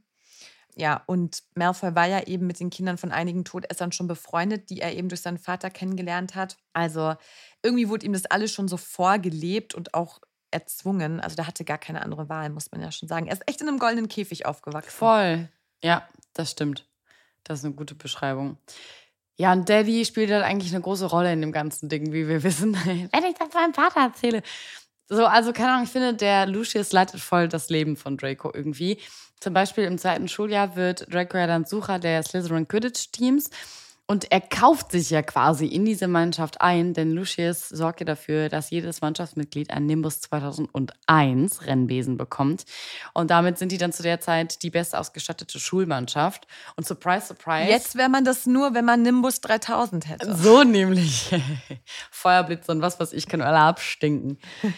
Ja, und Malfoy war ja eben mit den Kindern von einigen Todessern schon befreundet, die er eben durch seinen Vater kennengelernt hat. Also irgendwie wurde ihm das alles schon so vorgelebt und auch erzwungen. Also der hatte gar keine andere Wahl, muss man ja schon sagen. Er ist echt in einem goldenen Käfig aufgewachsen. Voll. Ja, das stimmt. Das ist eine gute Beschreibung. Ja, und Daddy spielt halt eigentlich eine große Rolle in dem ganzen Ding, wie wir wissen. Wenn ich das meinem Vater erzähle. So, also keine Ahnung, ich finde, der Lucius leitet voll das Leben von Draco irgendwie. Zum Beispiel im zweiten Schuljahr wird Draco ja dann Sucher der Slytherin Quidditch-Teams. Und er kauft sich ja quasi in diese Mannschaft ein, denn Lucius sorgt ja dafür, dass jedes Mannschaftsmitglied einen Nimbus zweitausendeins Rennbesen bekommt. Und damit sind die dann zu der Zeit die best ausgestattete Schulmannschaft. Und surprise, surprise. Jetzt wäre man das nur, wenn man Nimbus dreitausend hätte. So nämlich. Feuerblitz und was weiß ich, kann alle abstinken.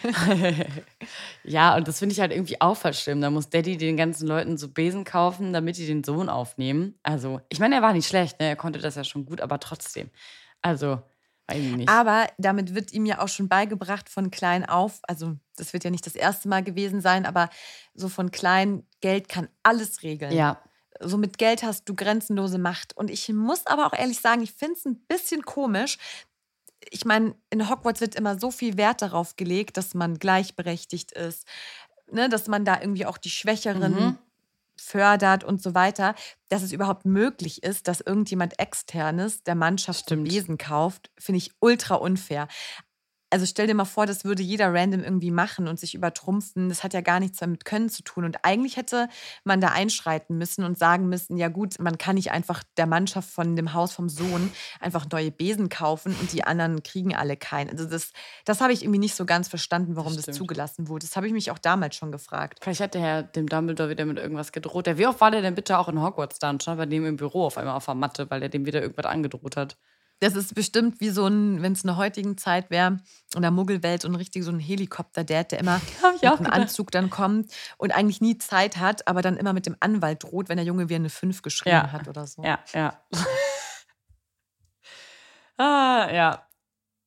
Ja, und das finde ich halt irgendwie auch voll schlimm. Da muss Daddy den ganzen Leuten so Besen kaufen, damit die den Sohn aufnehmen. Also, ich meine, er war nicht schlecht, ne? Er konnte das ja schon gut, aber trotzdem. Also, weiß ich nicht. Aber damit wird ihm ja auch schon beigebracht von klein auf, also das wird ja nicht das erste Mal gewesen sein, aber so von klein, Geld kann alles regeln. Ja. So mit Geld hast du grenzenlose Macht. Und ich muss aber auch ehrlich sagen, ich finde es ein bisschen komisch. Ich meine, in Hogwarts wird immer so viel Wert darauf gelegt, dass man gleichberechtigt ist, ne, dass man da irgendwie auch die Schwächeren Mhm. fördert und so weiter, dass es überhaupt möglich ist, dass irgendjemand Externes der Mannschaft den Stimmt. Besen kauft, finde ich ultra unfair. Also stell dir mal vor, das würde jeder random irgendwie machen und sich übertrumpfen. Das hat ja gar nichts damit Können zu tun. Und eigentlich hätte man da einschreiten müssen und sagen müssen, ja gut, man kann nicht einfach der Mannschaft von dem Haus vom Sohn einfach neue Besen kaufen und die anderen kriegen alle keinen. Also das, das habe ich irgendwie nicht so ganz verstanden, warum das, Das stimmt. zugelassen wurde. Das habe ich mich auch damals schon gefragt. Vielleicht hat der Herr dem Dumbledore wieder mit irgendwas gedroht. Der, wie oft war der denn bitte auch in Hogwarts dann schon bei dem im Büro auf einmal auf der Matte, weil der dem wieder irgendwas angedroht hat? Das ist bestimmt wie so ein, wenn es in der heutigen Zeit wäre, in der Muggelwelt, so ein richtig so ein Helikopter-Dad, der immer Hab ich mit auch einem gedacht. Anzug dann kommt und eigentlich nie Zeit hat, aber dann immer mit dem Anwalt droht, wenn der Junge wie eine fünf geschrieben Ja. hat oder so. Ja, ja. ah, ja.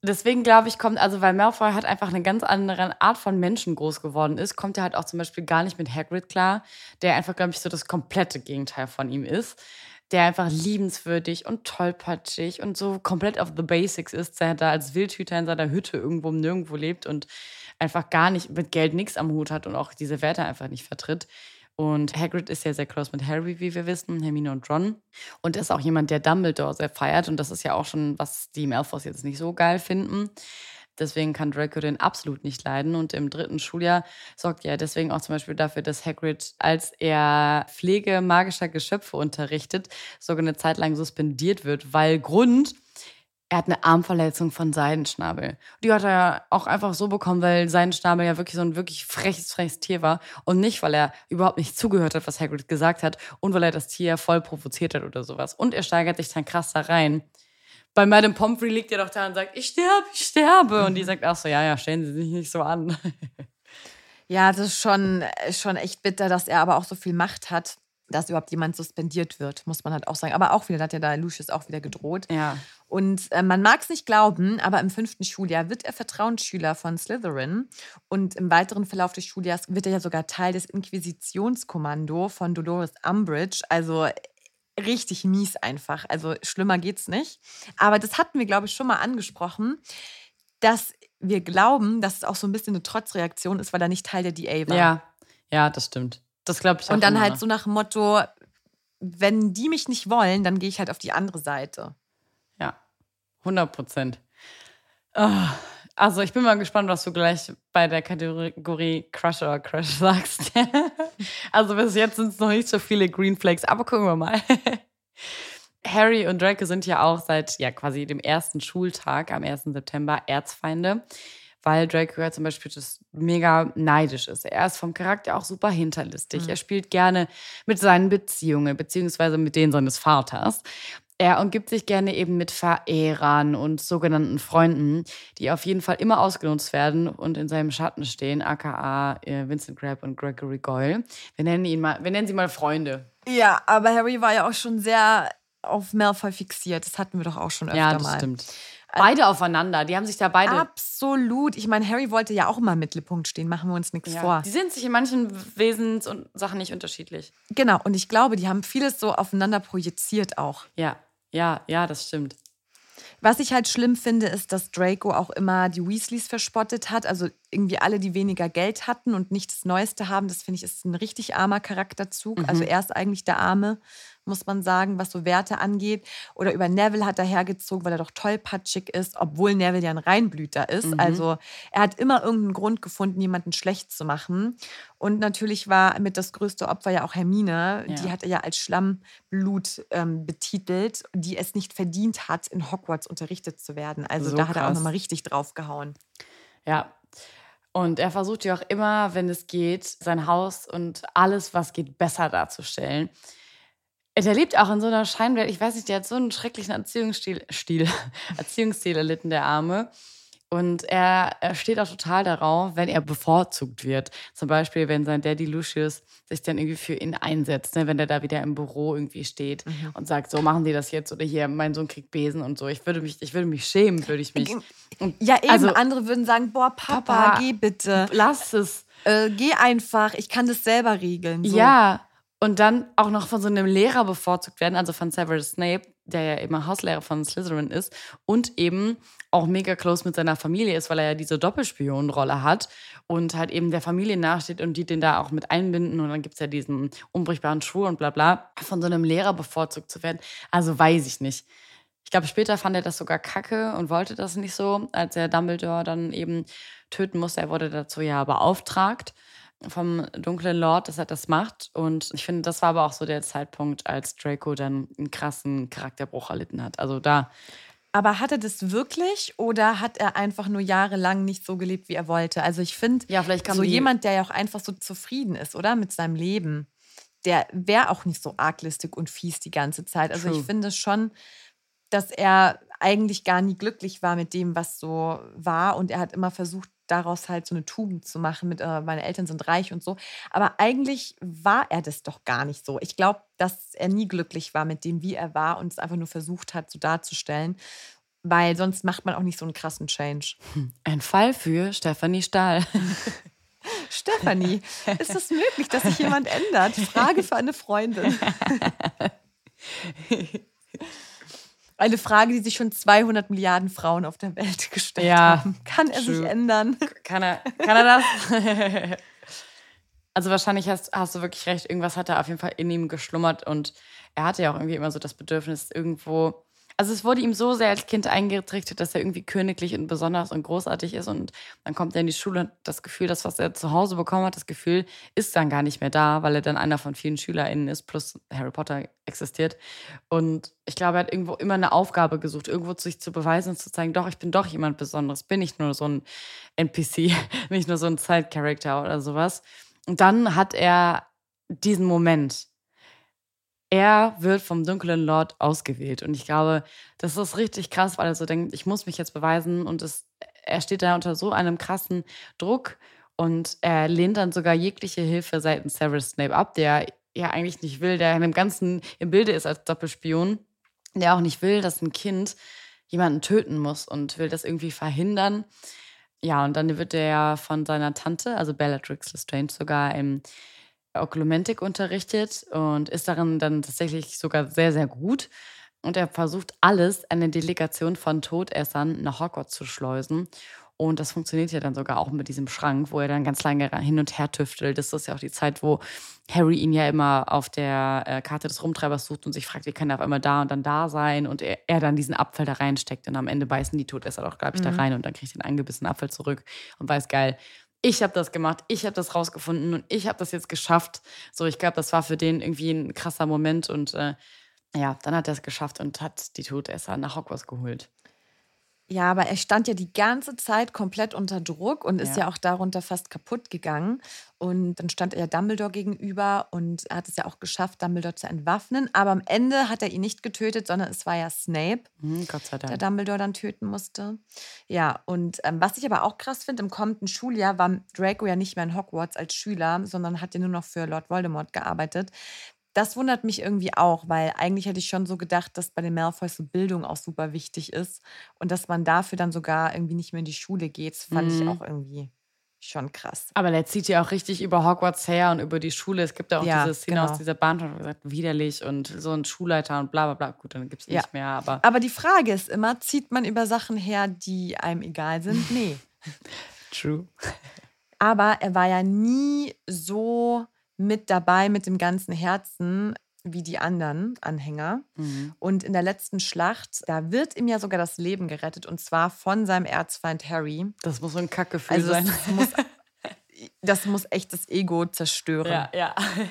Deswegen glaube ich, kommt, also weil Malfoy halt einfach eine ganz andere Art von Menschen groß geworden ist, kommt er halt auch zum Beispiel gar nicht mit Hagrid klar, der einfach, glaube ich, so das komplette Gegenteil von ihm ist. Der einfach liebenswürdig und tollpatschig und so komplett auf the basics ist, der da als Wildhüter in seiner Hütte irgendwo nirgendwo lebt und einfach gar nicht mit Geld nichts am Hut hat und auch diese Werte einfach nicht vertritt. Und Hagrid ist ja sehr close mit Harry, wie wir wissen, Hermine und Ron. Und er ist auch jemand, der Dumbledore sehr feiert. Und das ist ja auch schon, was die Malfoys jetzt nicht so geil finden. Deswegen kann Draco den absolut nicht leiden. Und im dritten Schuljahr sorgt er deswegen auch zum Beispiel dafür, dass Hagrid, als er Pflege magischer Geschöpfe unterrichtet, sogar eine Zeit lang suspendiert wird. Weil Grund, er hat eine Armverletzung von Seidenschnabel. Die hat er ja auch einfach so bekommen, weil Seidenschnabel ja wirklich so ein wirklich freches, freches Tier war. Und nicht, weil er überhaupt nicht zugehört hat, was Hagrid gesagt hat. Und weil er das Tier voll provoziert hat oder sowas. Und er steigert sich dann krass da rein. Bei Madame Pomfrey liegt er doch da und sagt, ich sterbe, ich sterbe. Und die sagt auch so, ja, ja, stellen Sie sich nicht so an. Ja, das ist schon, schon echt bitter, dass er aber auch so viel Macht hat, dass überhaupt jemand suspendiert wird, muss man halt auch sagen. Aber auch wieder, da hat ja da Lucius auch wieder gedroht. Ja. Und äh, man mag es nicht glauben, aber im fünften Schuljahr wird er Vertrauensschüler von Slytherin. Und im weiteren Verlauf des Schuljahres wird er ja sogar Teil des Inquisitionskommando von Dolores Umbridge. Also richtig mies einfach. Also schlimmer geht's nicht. Aber das hatten wir, glaube ich, schon mal angesprochen, dass wir glauben, dass es auch so ein bisschen eine Trotzreaktion ist, weil er nicht Teil der D A war. Ja, ja, das stimmt. Das glaube ich auch. Und dann immer. halt so nach dem Motto, wenn die mich nicht wollen, dann gehe ich halt auf die andere Seite. Ja, hundert Prozent. Also ich bin mal gespannt, was du gleich bei der Kategorie Crush oder Crush sagst. Also bis jetzt sind es noch nicht so viele Green Flags, aber gucken wir mal. Harry und Draco sind ja auch seit ja quasi dem ersten Schultag am ersten September Erzfeinde, weil Draco ja zum Beispiel das mega neidisch ist. Er ist vom Charakter auch super hinterlistig. Mhm. Er spielt gerne mit seinen Beziehungen, beziehungsweise mit denen seines Vaters. Er umgibt sich gerne eben mit Verehrern und sogenannten Freunden, die auf jeden Fall immer ausgenutzt werden und in seinem Schatten stehen, aka Vincent Crabbe und Gregory Goyle. Wir nennen ihn mal, wir nennen sie mal Freunde. Ja, aber Harry war ja auch schon sehr auf Malfoy fixiert. Das hatten wir doch auch schon öfter mal. Ja, das mal. Stimmt. Beide aufeinander, die haben sich da beide... Absolut. Ich meine, Harry wollte ja auch immer im Mittelpunkt stehen, machen wir uns nichts ja. vor. Die sind sich in manchen Wesens und Sachen nicht unterschiedlich. Genau, und ich glaube, die haben vieles so aufeinander projiziert auch. Ja, ja, ja, das stimmt. Was ich halt schlimm finde, ist, dass Draco auch immer die Weasleys verspottet hat. Also irgendwie alle, die weniger Geld hatten und nicht das Neueste haben. Das finde ich ist ein richtig armer Charakterzug. Mhm. Also er ist eigentlich der Arme, muss man sagen, was so Werte angeht. Oder über Neville hat er hergezogen, weil er doch tollpatschig ist, obwohl Neville ja ein Reinblüter ist. Mhm. Also er hat immer irgendeinen Grund gefunden, jemanden schlecht zu machen. Und natürlich war mit das größte Opfer ja auch Hermine. Ja. Die hat er ja als Schlammblut ähm, betitelt, die es nicht verdient hat, in Hogwarts unterrichtet zu werden. Also so da hat er auch nochmal richtig draufgehauen. Ja. Und er versucht ja auch immer, wenn es geht, sein Haus und alles, was geht, besser darzustellen. Der lebt auch in so einer Scheinwelt. Ich weiß nicht, der hat so einen schrecklichen Erziehungsstil, Stil, Erziehungsstil erlitten, der Arme. Und er, er steht auch total darauf, wenn er bevorzugt wird. Zum Beispiel, wenn sein Daddy Lucius sich dann irgendwie für ihn einsetzt, ne? Wenn der da wieder im Büro irgendwie steht mhm. und sagt, so machen die das jetzt oder hier, mein Sohn kriegt Besen und so. Ich würde mich, ich würde mich schämen, würde ich mich. Und ja, eben, also, andere würden sagen, boah, Papa, Papa geh bitte. Lass es. Äh, geh einfach, ich kann das selber regeln. So. Ja, und dann auch noch von so einem Lehrer bevorzugt werden, also von Severus Snape, der ja eben Hauslehrer von Slytherin ist und eben auch mega close mit seiner Familie ist, weil er ja diese Doppelspionenrolle hat und halt eben der Familie nachsteht und die den da auch mit einbinden und dann gibt es ja diesen unbrüchbaren Schwur und bla bla, von so einem Lehrer bevorzugt zu werden, also weiß ich nicht. Ich glaube, später fand er das sogar kacke und wollte das nicht so, als er Dumbledore dann eben töten musste. Er wurde dazu ja beauftragt vom dunklen Lord, dass er das macht. Und ich finde, das war aber auch so der Zeitpunkt, als Draco dann einen krassen Charakterbruch erlitten hat. Also da. Aber hat er das wirklich oder hat er einfach nur jahrelang nicht so gelebt, wie er wollte? Also ich finde, ja, vielleicht so jemand, der ja auch einfach so zufrieden ist, oder? Mit seinem Leben, der wäre auch nicht so arglistig und fies die ganze Zeit. Also True. Ich finde schon, dass er eigentlich gar nie glücklich war mit dem, was so war. Und er hat immer versucht, daraus halt so eine Tugend zu machen mit, äh, meine Eltern sind reich und so. Aber eigentlich war er das doch gar nicht so. Ich glaube, dass er nie glücklich war mit dem, wie er war und es einfach nur versucht hat, so darzustellen. Weil sonst macht man auch nicht so einen krassen Change. Ein Fall für Stefanie Stahl. Stefanie, ist es möglich, dass sich jemand ändert? Frage für eine Freundin. Eine Frage, die sich schon zweihundert Milliarden Frauen auf der Welt gestellt Ja, haben. Kann er true. sich ändern? Kann er, kann er das? Also wahrscheinlich hast, hast du wirklich recht. Irgendwas hat er auf jeden Fall in ihm geschlummert. Und er hatte ja auch irgendwie immer so das Bedürfnis, irgendwo... Also es wurde ihm so sehr als Kind eingetrichtert, dass er irgendwie königlich und besonders und großartig ist. Und dann kommt er in die Schule und das Gefühl, das, was er zu Hause bekommen hat, das Gefühl ist dann gar nicht mehr da, weil er dann einer von vielen SchülerInnen ist, plus Harry Potter existiert. Und ich glaube, er hat irgendwo immer eine Aufgabe gesucht, irgendwo sich zu beweisen und zu zeigen, doch, ich bin doch jemand Besonderes, bin nicht nur so ein N P C, nicht nur so ein Side-Character oder sowas. Und dann hat er diesen Moment. Er wird vom dunklen Lord ausgewählt. Und ich glaube, das ist richtig krass, weil er so denkt, ich muss mich jetzt beweisen. Und es, er steht da unter so einem krassen Druck. Und er lehnt dann sogar jegliche Hilfe seitens Severus Snape ab, der ja eigentlich nicht will, der in dem Ganzen im Bilde ist als Doppelspion, der auch nicht will, dass ein Kind jemanden töten muss und will das irgendwie verhindern. Ja, und dann wird er von seiner Tante, also Bellatrix Lestrange, sogar im Oklumentik unterrichtet und ist darin dann tatsächlich sogar sehr, sehr gut. Und er versucht alles, eine Delegation von Todessern nach Hogwarts zu schleusen. Und das funktioniert ja dann sogar auch mit diesem Schrank, wo er dann ganz lange hin und her tüftelt. Das ist ja auch die Zeit, wo Harry ihn ja immer auf der äh, Karte des Rumtreibers sucht und sich fragt, wie kann er auf einmal da und dann da sein? Und er, er dann diesen Apfel da reinsteckt. Und am Ende beißen die Todesser doch, glaube ich, mhm. da rein. Und dann kriegt er den angebissenen Apfel zurück und weiß, geil, ich habe das gemacht, ich habe das rausgefunden und ich habe das jetzt geschafft. So, ich glaube, das war für den irgendwie ein krasser Moment. Und äh, ja, dann hat er es geschafft und hat die Todesser nach Hogwarts geholt. Ja, aber er stand ja die ganze Zeit komplett unter Druck und ist ja, ja auch darunter fast kaputt gegangen. Und dann stand er ja Dumbledore gegenüber und er hat es ja auch geschafft, Dumbledore zu entwaffnen. Aber am Ende hat er ihn nicht getötet, sondern es war ja Snape, mhm, Gott sei Dank, der Dumbledore dann töten musste. Ja, und ähm, was ich aber auch krass finde, im kommenden Schuljahr war Draco ja nicht mehr in Hogwarts als Schüler, sondern hat ja nur noch für Lord Voldemort gearbeitet. Das wundert mich irgendwie auch, weil eigentlich hätte ich schon so gedacht, dass bei den Malfoys so Bildung auch super wichtig ist und dass man dafür dann sogar irgendwie nicht mehr in die Schule geht. Das fand Mhm. ich auch irgendwie schon krass. Aber der zieht ja auch richtig über Hogwarts her und über die Schule. Es gibt ja auch Ja, diese Szene genau. aus dieser Bahn, wo gesagt, widerlich und so ein Schulleiter und bla bla bla. Gut, dann gibt es Ja. nicht mehr, aber Aber die Frage ist immer, zieht man über Sachen her, die einem egal sind? Nee. true. Aber er war ja nie so mit dabei mit dem ganzen Herzen wie die anderen Anhänger. Mhm. Und in der letzten Schlacht, da wird ihm ja sogar das Leben gerettet und zwar von seinem Erzfeind Harry. Das muss so ein Kackgefühl Also sein. das muss, das muss echt das Ego zerstören. Ja, ja.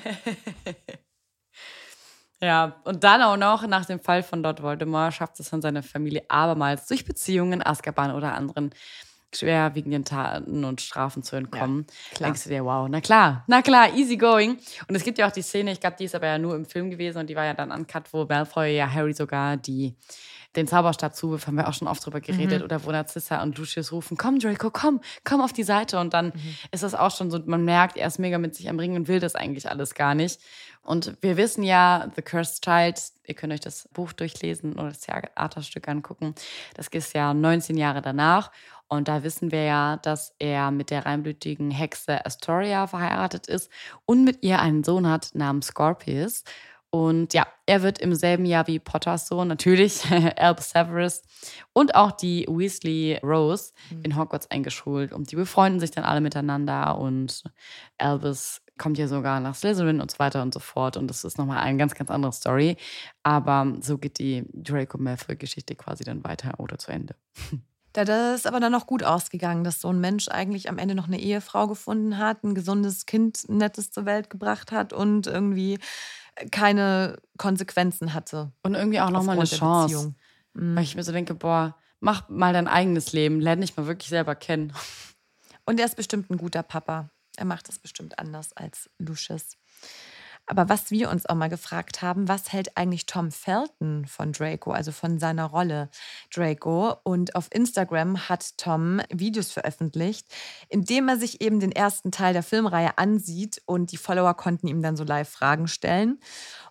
Ja, und dann auch noch nach dem Fall von Lord Voldemort schafft es dann seine Familie abermals durch Beziehungen, Azkaban oder anderen schwerwiegenden Taten und Strafen zu entkommen. Ja, klar. Denkst du dir, wow, na klar, na klar, easy going. Und es gibt ja auch die Szene, ich glaube, die ist aber ja nur im Film gewesen und die war ja dann uncut, wo Malfoy ja Harry sogar die, den Zauberstab zuwirft, haben wir auch schon oft drüber geredet, Mhm. oder wo Narcissa und Lucius rufen, komm Draco, komm, komm auf die Seite. Und dann Mhm. ist das auch schon so, man merkt, er ist mega mit sich am Ringen und will das eigentlich alles gar nicht. Und wir wissen ja, The Cursed Child, ihr könnt euch das Buch durchlesen oder das Theaterstück angucken, das ist ja neunzehn Jahre danach. Und da wissen wir ja, dass er mit der reinblütigen Hexe Astoria verheiratet ist und mit ihr einen Sohn hat namens Scorpius. Und ja, er wird im selben Jahr wie Potters Sohn, natürlich, Albus Severus, und auch die Weasley Rose in Hogwarts eingeschult. Und die befreunden sich dann alle miteinander und Albus kommt ja sogar nach Slytherin und so weiter und so fort. Und das ist nochmal eine ganz, ganz andere Story. Aber so geht die Draco Malfoy-Geschichte quasi dann weiter oder zu Ende. Da das ist aber dann noch gut ausgegangen, dass so ein Mensch eigentlich am Ende noch eine Ehefrau gefunden hat, ein gesundes Kind, ein nettes zur Welt gebracht hat und irgendwie keine Konsequenzen hatte. Und irgendwie auch nochmal eine aufgrund der Chance. Beziehung. Mhm. Weil ich mir so denke, boah, mach mal dein eigenes Leben, lern dich mal wirklich selber kennen. Und er ist bestimmt ein guter Papa. Er macht das bestimmt anders als Lucius. Aber was wir uns auch mal gefragt haben, was hält eigentlich Tom Felton von Draco, also von seiner Rolle Draco? Und auf Instagram hat Tom Videos veröffentlicht, in dem er sich eben den ersten Teil der Filmreihe ansieht und die Follower konnten ihm dann so live Fragen stellen.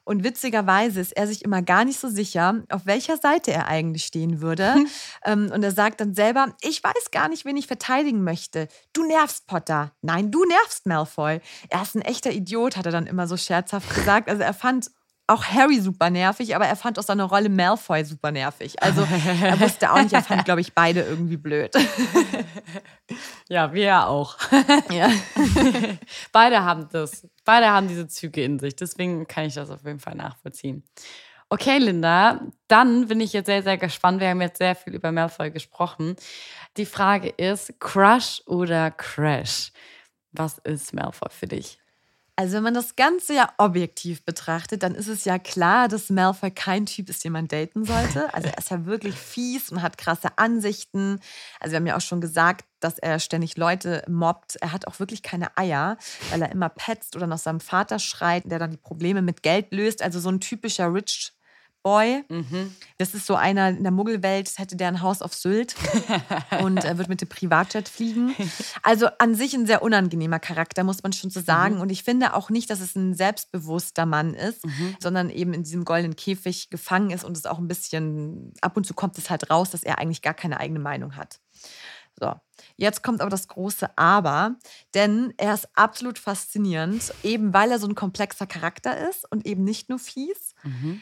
Und witzigerweise ist er sich immer gar nicht so sicher, auf welcher Seite er eigentlich stehen würde. ähm, und er sagt dann selber, ich weiß gar nicht, wen ich verteidigen möchte. Du nervst, Potter. Nein, du nervst, Malfoy. Er ist ein echter Idiot, hat er dann immer so scherzhaft gesagt. Also er fand auch Harry super nervig, aber er fand auch seine Rolle Malfoy super nervig. Also er wusste auch nicht, er fand, glaube ich, beide irgendwie blöd. Ja, wir ja auch. Ja. Beide haben das. Beide haben diese Züge in sich. Deswegen kann ich das auf jeden Fall nachvollziehen. Okay, Linda, dann bin ich jetzt sehr, sehr gespannt. Wir haben jetzt sehr viel über Malfoy gesprochen. Die Frage ist, Crush oder Crash? Was ist Malfoy für dich? Also wenn man das Ganze ja objektiv betrachtet, dann ist es ja klar, dass Malfoy kein Typ ist, den man daten sollte. Also er ist ja wirklich fies und hat krasse Ansichten. Also wir haben ja auch schon gesagt, dass er ständig Leute mobbt. Er hat auch wirklich keine Eier, weil er immer petzt oder nach seinem Vater schreit, der dann die Probleme mit Geld löst. Also so ein typischer Rich Boy. Mhm. Das ist so einer in der Muggelwelt, hätte der ein Haus auf Sylt und er wird mit dem Privatjet fliegen. Also an sich ein sehr unangenehmer Charakter, muss man schon so sagen. Mhm. Und ich finde auch nicht, dass es ein selbstbewusster Mann ist, mhm. sondern eben in diesem goldenen Käfig gefangen ist und es auch ein bisschen, ab und zu kommt es halt raus, dass er eigentlich gar keine eigene Meinung hat. So, jetzt kommt aber das große Aber, denn er ist absolut faszinierend, eben weil er so ein komplexer Charakter ist und eben nicht nur fies. Mhm.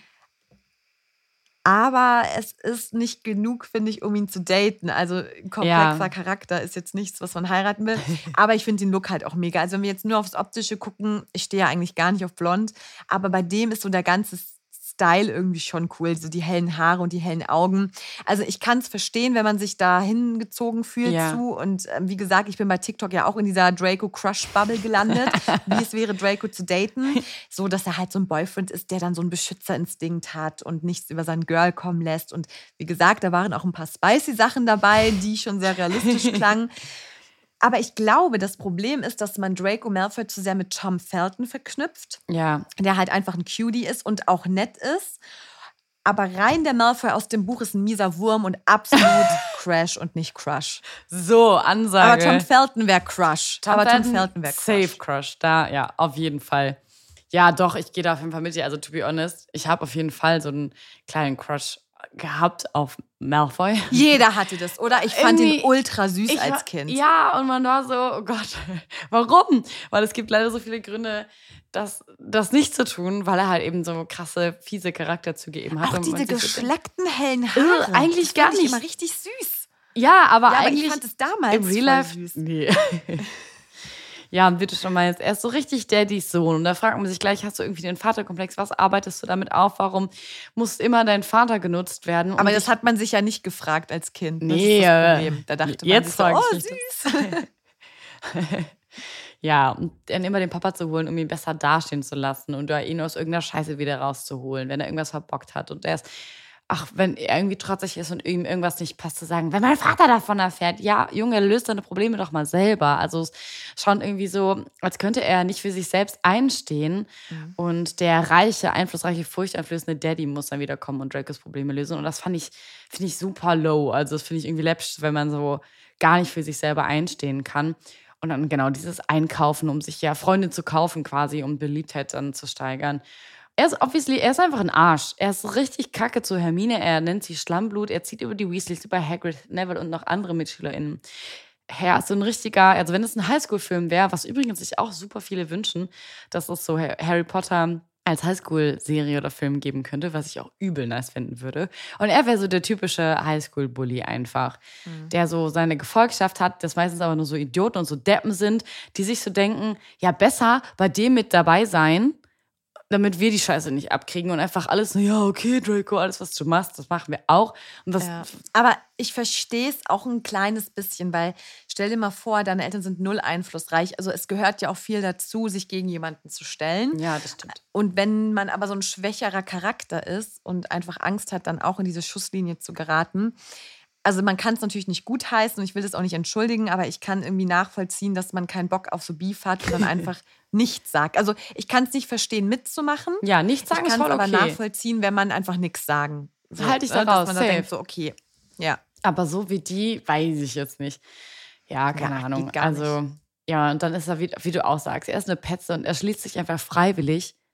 Aber es ist nicht genug, finde ich, um ihn zu daten. Also ein komplexer ja. Charakter ist jetzt nichts, was man heiraten will. Aber ich finde den Look halt auch mega. Also wenn wir jetzt nur aufs Optische gucken, ich stehe ja eigentlich gar nicht auf blond. Aber bei dem ist so der ganze Style irgendwie schon cool. So die hellen Haare und die hellen Augen. Also ich kann es verstehen, wenn man sich da hingezogen fühlt ja. zu. Und äh, wie gesagt, ich bin bei TikTok ja auch in dieser Draco-Crush-Bubble gelandet. Wie es wäre, Draco zu daten. So, dass er halt so ein Boyfriend ist, der dann so einen Beschützerinstinkt hat und nichts über sein Girl kommen lässt. Und wie gesagt, da waren auch ein paar spicy Sachen dabei, die schon sehr realistisch klangen. Aber ich glaube, das Problem ist, dass man Draco Malfoy zu sehr mit Tom Felton verknüpft. Ja. Der halt einfach ein Cutie ist und auch nett ist. Aber rein der Malfoy aus dem Buch ist ein mieser Wurm und absolut Crash und nicht Crush. So, Ansage. Aber Tom Felton wäre Crush. Tom Aber Tom Felton wäre Crush. Safe Crush, da, ja, auf jeden Fall. Ja, doch, ich gehe da auf jeden Fall mit dir. Also, to be honest, ich habe auf jeden Fall so einen kleinen Crush gehabt auf Malfoy. Jeder hatte das, oder? Ich fand Irgendwie, ihn ultra süß als war, Kind. Ja, und man war so, oh Gott, warum? Weil es gibt leider so viele Gründe, das, das nicht zu tun, weil er halt eben so krasse, fiese Charakterzüge eben hat. Auch und diese geschleckten so hellen Haare. Äh, eigentlich gar nicht. Immer richtig süß. Ja, aber ja, eigentlich... Aber ich fand es damals im Real Life, süß. Nee. Ja, und wie du schon meinst, er ist so richtig Daddys Sohn. Und da fragt man sich gleich, hast du irgendwie den Vaterkomplex? Was arbeitest du damit auf? Warum muss immer dein Vater genutzt werden? Aber das hat man sich ja nicht gefragt als Kind. Nee. Das ist das Problem. Da dachte jetzt man sich so, oh, süß. Ja, und dann immer den Papa zu holen, um ihn besser dastehen zu lassen und ihn aus irgendeiner Scheiße wieder rauszuholen, wenn er irgendwas verbockt hat. Und er ist... Ach, wenn er irgendwie trotzig ist und ihm irgendwas nicht passt, zu sagen, wenn mein Vater davon erfährt, ja, Junge, löst deine Probleme doch mal selber. Also es ist schon irgendwie so, als könnte er nicht für sich selbst einstehen mhm. und der reiche, einflussreiche, furchteinflößende Daddy muss dann wieder kommen und Dracos Probleme lösen. Und das fand ich, finde ich super low. Also das finde ich irgendwie läppisch, wenn man so gar nicht für sich selber einstehen kann. Und dann genau dieses Einkaufen, um sich ja Freunde zu kaufen quasi, um Beliebtheit dann zu steigern. Er ist obviously, er ist einfach ein Arsch. Er ist richtig kacke zu Hermine. Er nennt sie Schlammblut. Er zieht über die Weasleys, über Hagrid, Neville und noch andere MitschülerInnen. Er ist so ein richtiger, also wenn es ein Highschool-Film wäre, was übrigens sich auch super viele wünschen, dass es so Harry Potter als Highschool-Serie oder Film geben könnte, was ich auch übel nice finden würde. Und er wäre so der typische Highschool-Bully einfach, mhm. der so seine Gefolgschaft hat, das meistens aber nur so Idioten und so Deppen sind, die sich so denken, ja besser bei dem mit dabei sein, damit wir die Scheiße nicht abkriegen und einfach alles so, ja, okay, Draco, alles, was du machst, das machen wir auch. Und das ja. Aber ich verstehe es auch ein kleines bisschen, weil stell dir mal vor, deine Eltern sind null einflussreich. Also es gehört ja auch viel dazu, sich gegen jemanden zu stellen. Ja, das stimmt. Und wenn man aber so ein schwächerer Charakter ist und einfach Angst hat, dann auch in diese Schusslinie zu geraten, also man kann es natürlich nicht gutheißen und ich will das auch nicht entschuldigen, aber ich kann irgendwie nachvollziehen, dass man keinen Bock auf so Beef hat und dann einfach nichts sagt. Also ich kann es nicht verstehen, mitzumachen. Ja, nichts sagen ist voll okay. Ich kann es aber nachvollziehen, wenn man einfach nichts sagen will. Halte ich da raus, dass man safe. da denkt, so okay, ja. Aber so wie die, weiß ich jetzt nicht. Ja, keine ja, Ahnung. Gar also nicht. Ja, und dann ist er, wie, wie du auch sagst, er ist eine Petze und er schließt sich einfach freiwillig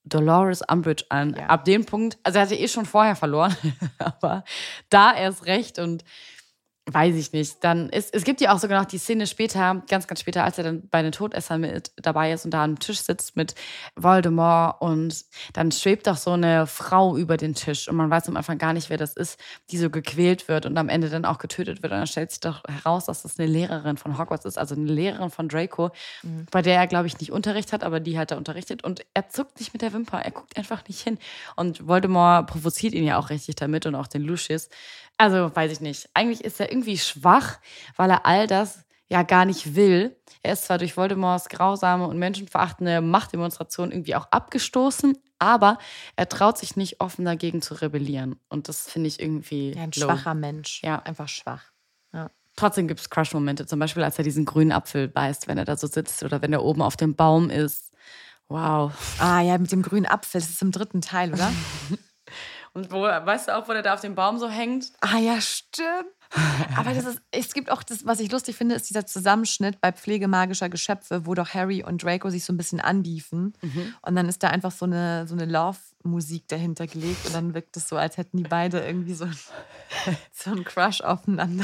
Dolores Umbridge an. Ja. Ab dem Punkt, also er hatte eh schon vorher verloren, aber da erst recht und weiß ich nicht. Dann ist, es gibt ja auch sogar noch die Szene später, ganz, ganz später, als er dann bei den Todessern mit dabei ist und da am Tisch sitzt mit Voldemort und dann schwebt doch so eine Frau über den Tisch und man weiß am Anfang gar nicht, wer das ist, die so gequält wird und am Ende dann auch getötet wird und dann stellt sich doch heraus, dass das eine Lehrerin von Hogwarts ist, also eine Lehrerin von Draco, mhm. bei der er, glaube ich, nicht Unterricht hat, aber die hat er unterrichtet und er zuckt nicht mit der Wimper, er guckt einfach nicht hin und Voldemort provoziert ihn ja auch richtig damit und auch den Lucius. Also, weiß ich nicht. Eigentlich ist er irgendwie schwach, weil er all das ja gar nicht will. Er ist zwar durch Voldemorts grausame und menschenverachtende Machtdemonstration irgendwie auch abgestoßen, aber er traut sich nicht offen dagegen zu rebellieren. Und das finde ich irgendwie Ja, ein low. schwacher Mensch. Ja. Einfach schwach. Ja. Trotzdem gibt es Crush-Momente, zum Beispiel, als er diesen grünen Apfel beißt, wenn er da so sitzt oder wenn er oben auf dem Baum ist. Wow. Ah ja, mit dem grünen Apfel, das ist im dritten Teil, oder? Und wo, weißt du auch, wo der da auf dem Baum so hängt? Ah ja, stimmt. Aber das ist, es gibt auch das, was ich lustig finde, ist dieser Zusammenschnitt bei Pflege magischer Geschöpfe, wo doch Harry und Draco sich so ein bisschen anbiefen. Mhm. Und dann ist da einfach so eine, so eine Love-Musik dahinter gelegt. Und dann wirkt es so, als hätten die beide irgendwie so, so einen Crush aufeinander.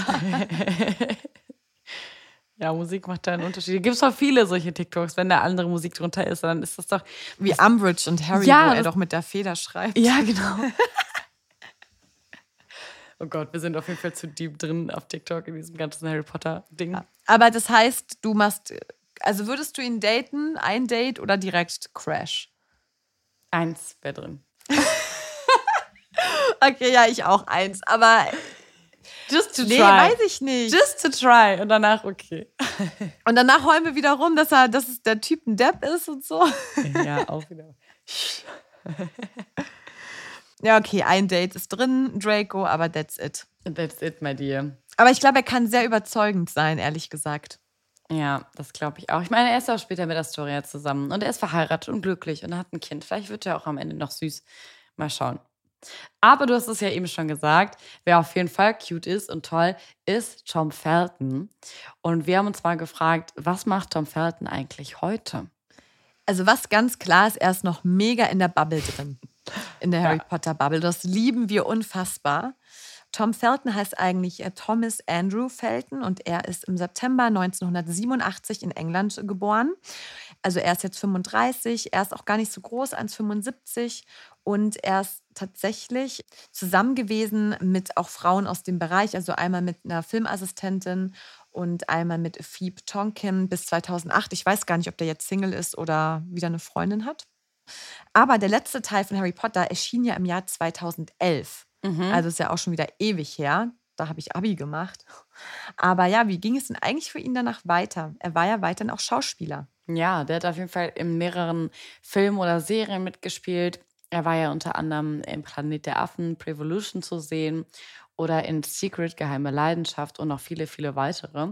Ja, Musik macht da einen Unterschied. Es gibt zwar viele solche TikToks, wenn da andere Musik drunter ist, dann ist das doch... Wie Umbridge und Harry, ja, wo er doch mit der Feder schreibt. Ja, genau. Oh Gott, wir sind auf jeden Fall zu deep drin auf TikTok in diesem ganzen Harry Potter-Ding. Ja. Aber das heißt, du machst... Also würdest du ihn daten, ein Date oder direkt Crash? Eins wäre drin. Okay, ja, ich auch eins. Aber... Just to nee, try. weiß ich nicht. Just to try. Und danach okay. Und danach heulen wir wieder rum, dass er, dass es der Typ ein Depp ist und so. Ja, auch wieder. Ja, okay, ein Date ist drin, Draco, aber that's it. That's it, my dear. Aber ich glaube, er kann sehr überzeugend sein, ehrlich gesagt. Ja, das glaube ich auch. Ich meine, er ist auch später mit Astoria zusammen und er ist verheiratet und glücklich und hat ein Kind. Vielleicht wird er auch am Ende noch süß. Mal schauen. Aber du hast es ja eben schon gesagt, wer auf jeden Fall cute ist und toll, ist Tom Felton. Und wir haben uns mal gefragt, was macht Tom Felton eigentlich heute? Also was ganz klar ist, er ist noch mega in der Bubble drin. In der Harry Potter Bubble. Das lieben wir unfassbar. Tom Felton heißt eigentlich Thomas Andrew Felton und er ist im September neunzehnhundertsiebenundachtzig in England geboren. Also er ist jetzt fünfunddreißig, er ist auch gar nicht so groß, eins Komma fünfundsiebzig und er ist tatsächlich zusammen gewesen mit auch Frauen aus dem Bereich, also einmal mit einer Filmassistentin und einmal mit Phoebe Tonkin bis zweitausendacht. Ich weiß gar nicht, ob der jetzt Single ist oder wieder eine Freundin hat. Aber der letzte Teil von Harry Potter erschien ja im Jahr zweitausendelf. Mhm. Also ist ja auch schon wieder ewig her. Da habe ich Abi gemacht. Aber ja, wie ging es denn eigentlich für ihn danach weiter? Er war ja weiterhin auch Schauspieler. Ja, der hat auf jeden Fall in mehreren Filmen oder Serien mitgespielt. Er war ja unter anderem im Planet der Affen, Prevolution zu sehen oder in Secret, Geheime Leidenschaft und noch viele, viele weitere.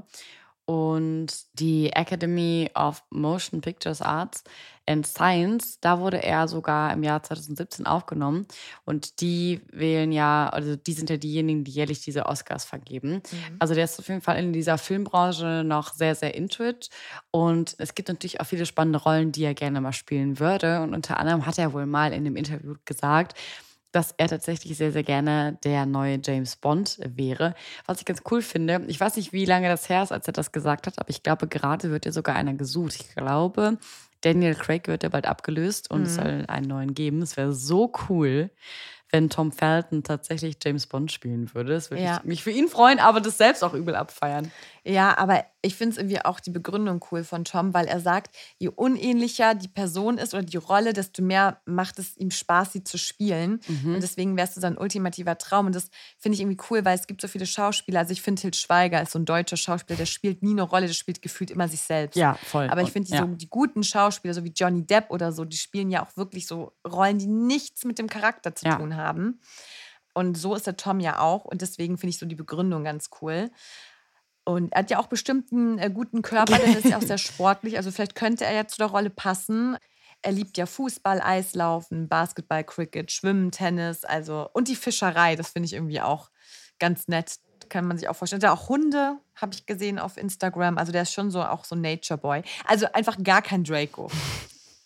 Und die Academy of Motion Pictures Arts and Science, da wurde er sogar im Jahr zweitausendsiebzehn aufgenommen. Und die wählen ja, also die sind ja diejenigen, die jährlich diese Oscars vergeben. Mhm. Also der ist auf jeden Fall in dieser Filmbranche noch sehr, sehr into it. Und es gibt natürlich auch viele spannende Rollen, die er gerne mal spielen würde. Und unter anderem hat er wohl mal in einem Interview gesagt, dass er tatsächlich sehr, sehr gerne der neue James Bond wäre. Was ich ganz cool finde, ich weiß nicht, wie lange das her ist, als er das gesagt hat, aber ich glaube, gerade wird ja sogar einer gesucht. Ich glaube, Daniel Craig wird ja bald abgelöst und mhm. es soll einen neuen geben. Es wäre so cool, wenn Tom Felton tatsächlich James Bond spielen würde. Das würde ja. mich für ihn freuen, aber das selbst auch übel abfeiern. Ja, aber ich finde es irgendwie auch die Begründung cool von Tom, weil er sagt, je unähnlicher die Person ist oder die Rolle, desto mehr macht es ihm Spaß, sie zu spielen. Mhm. Und deswegen wärst du sein ultimativer Traum. Und das finde ich irgendwie cool, weil es gibt so viele Schauspieler. Also ich finde, Til Schweiger ist so ein deutscher Schauspieler, der spielt nie eine Rolle, der spielt gefühlt immer sich selbst. Ja, voll. Aber ich finde, die, ja. so, die guten Schauspieler, so wie Johnny Depp oder so, die spielen ja auch wirklich so Rollen, die nichts mit dem Charakter zu ja. tun haben. Und so ist der Tom ja auch. Und deswegen finde ich so die Begründung ganz cool. Und er hat ja auch bestimmt einen äh, guten Körper, denn er ist ja auch sehr sportlich. Also vielleicht könnte er ja zu der Rolle passen. Er liebt ja Fußball, Eislaufen, Basketball, Cricket, Schwimmen, Tennis. Also, und die Fischerei, das finde ich irgendwie auch ganz nett. Kann man sich auch vorstellen. Der hat auch Hunde, habe ich gesehen auf Instagram. Also der ist schon so auch so ein Nature Boy. Also einfach gar kein Draco.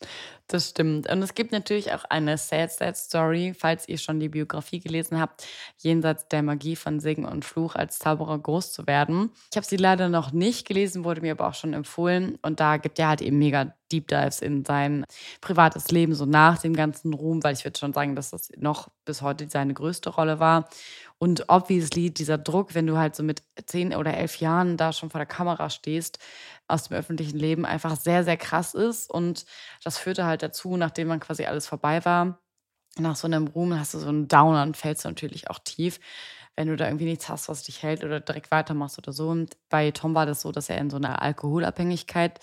Das stimmt. Und es gibt natürlich auch eine Sad, Sad Story, falls ihr schon die Biografie gelesen habt, jenseits der Magie von Segen und Fluch als Zauberer groß zu werden. Ich habe sie leider noch nicht gelesen, wurde mir aber auch schon empfohlen. Und da gibt er halt eben mega Deep Dives in sein privates Leben, so nach dem ganzen Ruhm, weil ich würde schon sagen, dass das noch bis heute seine größte Rolle war. Und obviously dieser Druck, wenn du halt so mit zehn oder elf Jahren da schon vor der Kamera stehst, aus dem öffentlichen Leben einfach sehr, sehr krass ist. Und das führte halt dazu, nachdem man quasi alles vorbei war, nach so einem Ruhm hast du so einen Downer und fällst du natürlich auch tief, wenn du da irgendwie nichts hast, was dich hält oder direkt weitermachst oder so. Und bei Tom war das so, dass er in so eine Alkoholabhängigkeit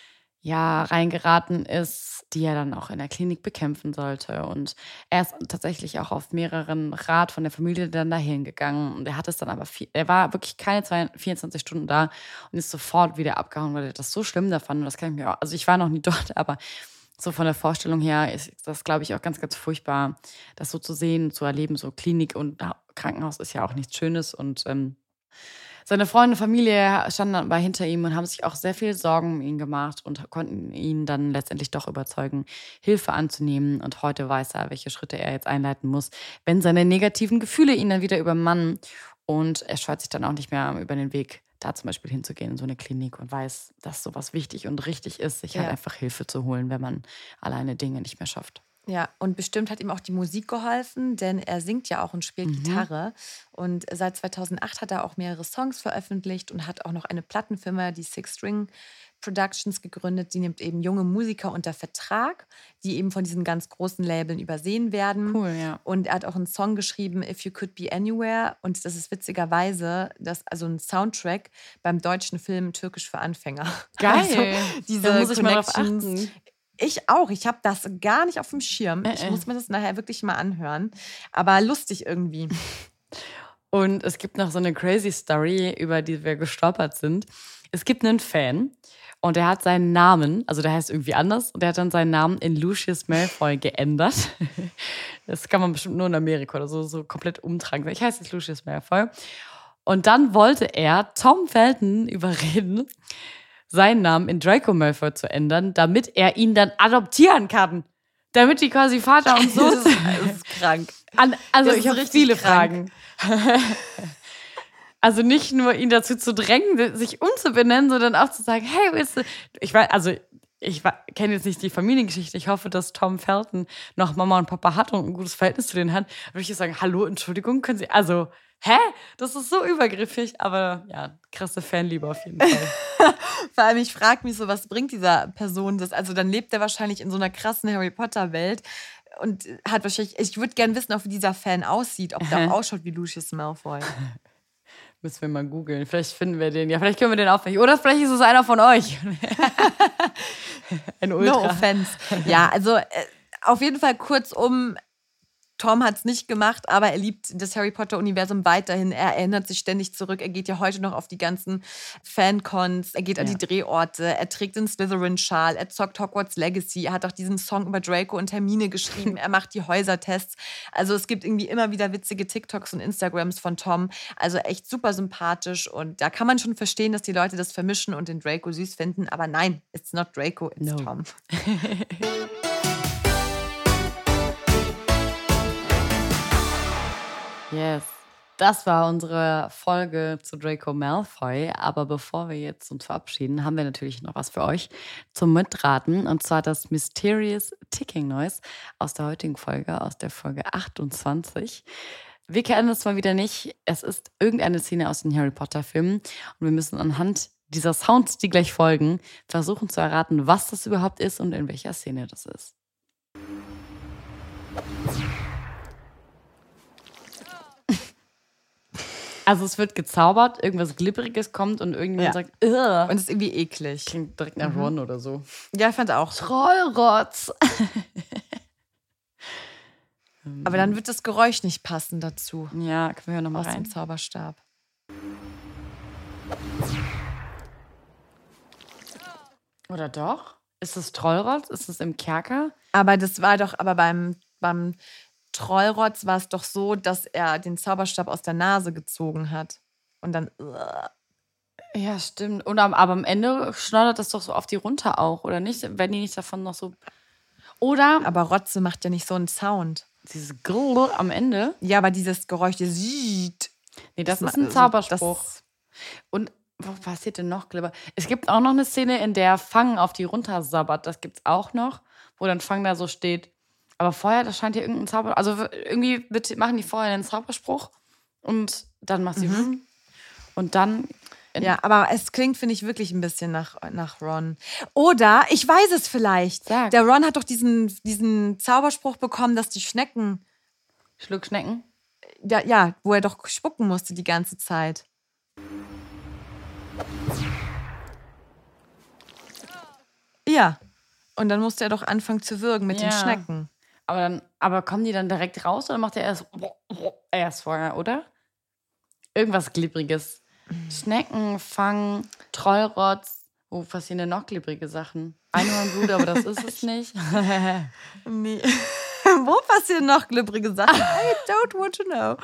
ja reingeraten ist, die er dann auch in der Klinik bekämpfen sollte. Und er ist tatsächlich auch auf mehreren Rat von der Familie dann dahin gegangen. Und er hat es dann aber, viel, er war wirklich keine zwei, vierundzwanzig Stunden da und ist sofort wieder abgehauen, weil er das so schlimm da fand. Und das kann ich mir auch, also ich war noch nie dort, aber so von der Vorstellung her ist das, glaube ich, auch ganz, ganz furchtbar, das so zu sehen, zu erleben. So Klinik und Krankenhaus ist ja auch nichts Schönes und ähm, seine Freunde und Familie standen dann aber hinter ihm und haben sich auch sehr viel Sorgen um ihn gemacht und konnten ihn dann letztendlich doch überzeugen, Hilfe anzunehmen. Und heute weiß er, welche Schritte er jetzt einleiten muss, wenn seine negativen Gefühle ihn dann wieder übermannen. Und er scheut sich dann auch nicht mehr über den Weg, da zum Beispiel hinzugehen in so eine Klinik und weiß, dass sowas wichtig und richtig ist, sich Ja. halt einfach Hilfe zu holen, wenn man alleine Dinge nicht mehr schafft. Ja, und bestimmt hat ihm auch die Musik geholfen, denn er singt ja auch und spielt Mhm. Gitarre. Und seit zweitausendacht hat er auch mehrere Songs veröffentlicht und hat auch noch eine Plattenfirma, die Six String Productions, gegründet. Die nimmt eben junge Musiker unter Vertrag, die eben von diesen ganz großen Labeln übersehen werden. Cool, ja. Und er hat auch einen Song geschrieben, If You Could Be Anywhere. Und das ist witzigerweise das, also ein Soundtrack beim deutschen Film Türkisch für Anfänger. Geil. Also diese Da muss ich mal drauf Connections. achten. Ich auch. Ich habe das gar nicht auf dem Schirm. Äh, Ich äh. muss mir das nachher wirklich mal anhören. Aber lustig irgendwie. Und es gibt noch so eine crazy Story, über die wir gestolpert sind. Es gibt einen Fan und der hat seinen Namen, also der heißt irgendwie anders, und der hat dann seinen Namen in Lucius Malfoy geändert. Das kann man bestimmt nur in Amerika oder so, so komplett umtragen. Ich heiße jetzt Lucius Malfoy. Und dann wollte er Tom Felton überreden, seinen Namen in Draco Malfoy zu ändern, damit er ihn dann adoptieren kann. Damit die quasi Vater und Sohn Das ist, das ist krank. An, also Das ich ist habe richtig viele krank. Fragen. Also nicht nur ihn dazu zu drängen, sich umzubenennen, sondern auch zu sagen, hey, willst du... Ich weiß, also ich kenne jetzt nicht die Familiengeschichte. Ich hoffe, dass Tom Felton noch Mama und Papa hat und ein gutes Verhältnis zu denen hat. Da würde ich sagen, hallo, Entschuldigung, können Sie... Also, hä? Das ist so übergriffig. Aber ja, krasse Fanliebe auf jeden Fall. Vor allem, ich frage mich so, was bringt dieser Person das? Also dann lebt er wahrscheinlich in so einer krassen Harry Potter-Welt und hat wahrscheinlich... Ich würde gerne wissen, auch wie dieser Fan aussieht. Ob der auch ausschaut wie Lucius Malfoy. Müssen wir mal googeln. Vielleicht finden wir den. Ja, vielleicht können wir den aufwählen. Oder vielleicht ist es einer von euch. Ein Ultra. No offense. Ja, also äh, auf jeden Fall kurzum, Tom hat es nicht gemacht, aber er liebt das Harry Potter-Universum weiterhin. Er erinnert sich ständig zurück. Er geht ja heute noch auf die ganzen Fancons. Er geht an Ja. die Drehorte. Er trägt den Slytherin-Schal. Er zockt Hogwarts Legacy. Er hat auch diesen Song über Draco und Hermine geschrieben. Er macht die Häusertests. Also es gibt irgendwie immer wieder witzige TikToks und Instagrams von Tom. Also echt super sympathisch. Und da kann man schon verstehen, dass die Leute das vermischen und den Draco süß finden. Aber nein, it's not Draco, it's No. Tom. Yes. Das war unsere Folge zu Draco Malfoy. Aber bevor wir jetzt uns verabschieden, haben wir natürlich noch was für euch zum Mitraten. Und zwar das Mysterious Ticking Noise aus der heutigen Folge, aus der Folge achtundzwanzig. Wir kennen es mal wieder nicht. Es ist irgendeine Szene aus den Harry Potter-Filmen. Und wir müssen anhand dieser Sounds, die gleich folgen, versuchen zu erraten, was das überhaupt ist und in welcher Szene das ist. Also es wird gezaubert, irgendwas Glibberiges kommt und irgendjemand Ja. sagt, "Ugh." Und es ist irgendwie eklig. Klingt direkt nach Ron oder so. Ja, ich fand auch. Trollrotz. Aber dann wird das Geräusch nicht passen dazu. Ja, können wir hören nochmal Aus dem rein. Zauberstab. Oder doch? Ist es Trollrotz? Ist es im Kerker? Aber das war doch, aber beim, beim Trollrotz war es doch so, dass er den Zauberstab aus der Nase gezogen hat. Und dann. Uah. Ja, stimmt. Und am, aber am Ende schneidert das doch so auf die runter auch, oder nicht? Wenn die nicht davon noch so... Oder Aber Rotze macht ja nicht so einen Sound. dieses Grrr am Ende. Ja, aber dieses Geräusch, dieses Zzzzt, Nee, das, das ist ein ma- Zauberspruch. das- Und was passiert denn noch, Glibber? Es gibt auch noch eine Szene, in der Fang auf die runtersabbert. Das gibt's auch noch, wo dann Fang da so steht. Aber vorher, das scheint hier irgendein Zauber... Also irgendwie wird- machen die vorher einen Zauberspruch und dann macht sie... Mhm. Und dann... Ja, aber es klingt, finde ich, wirklich ein bisschen nach, nach Ron. Oder, ich weiß es vielleicht. Sag. Der Ron hat doch diesen, diesen Zauberspruch bekommen, dass die Schnecken, Schluckschnecken. ja, ja, wo er doch spucken musste die ganze Zeit. Ja. Und dann musste er doch anfangen zu würgen mit den Ja. Schnecken. Aber, dann, aber kommen die dann direkt raus oder macht er erst, erst vorher, oder? Irgendwas Glibbriges. Schnecken, Fang, Trollrotz. Wo passieren denn noch glibbrige Sachen? Einhornblut, aber das ist es nicht. Nee. Wo passieren noch glibbrige Sachen? I don't want to know.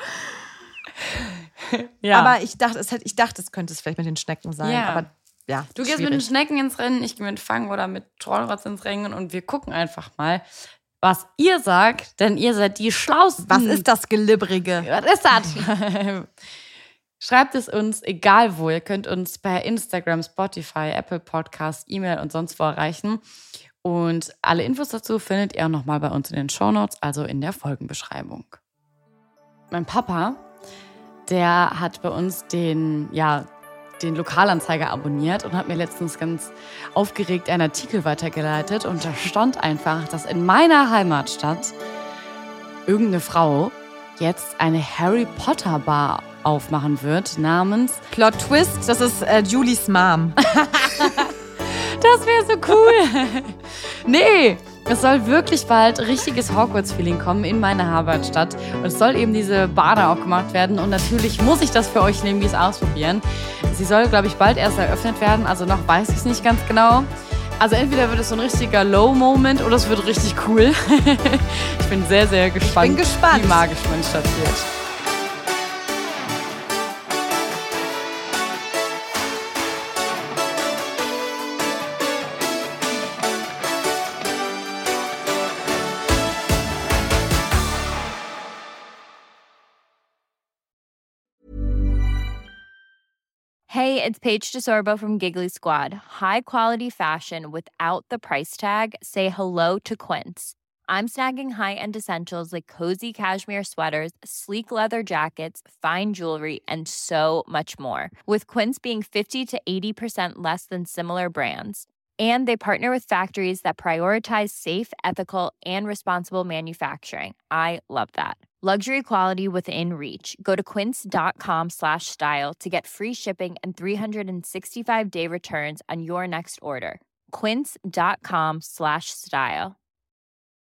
Ja. Aber ich dachte, es hätte, ich dachte, es könnte es vielleicht mit den Schnecken sein. Ja. Aber ja, Du gehst mit den schwierig. Schnecken ins Rennen, ich gehe mit Fang oder mit Trollrotz ins Rennen und wir gucken einfach mal, was ihr sagt, denn ihr seid die Schlausten. Was ist das Glibbrige? Was ist das? Schreibt es uns, egal wo. Ihr könnt uns per Instagram, Spotify, Apple Podcast, E-Mail und sonst wo erreichen. Und alle Infos dazu findet ihr auch nochmal bei uns in den Shownotes, also in der Folgenbeschreibung. Mein Papa, der hat bei uns den, ja, den Lokalanzeiger abonniert und hat mir letztens ganz aufgeregt einen Artikel weitergeleitet. Und da stand einfach, dass in meiner Heimatstadt irgendeine Frau jetzt eine Harry Potter Bar aufmachen wird, namens... Plot Twist, das ist äh, Julies Mom. Das wäre so cool. Nee, es soll wirklich bald richtiges Hogwarts-Feeling kommen in meine Heimatstadt. Und es soll eben diese Bar da auch gemacht werden. Und natürlich muss ich das für euch nämlich ausprobieren. Sie soll, glaube ich, bald erst eröffnet werden. Also noch weiß ich es nicht ganz genau. Also entweder wird es so ein richtiger Low-Moment oder es wird richtig cool. Ich bin sehr, sehr gespannt, bin gespannt. wie magisch meine Stadt wird. Hey, it's Paige DeSorbo from Giggly Squad. High quality fashion without the price tag. Say hello to Quince. I'm snagging high-end essentials like cozy cashmere sweaters, sleek leather jackets, fine jewelry, and so much more. With Quince being fifty to eighty percent less than similar brands. And they partner with factories that prioritize safe, ethical, and responsible manufacturing. I love that. Luxury quality within reach. Go to quince.com slash style to get free shipping and three sixty-five day returns on your next order. Quince.com slash style.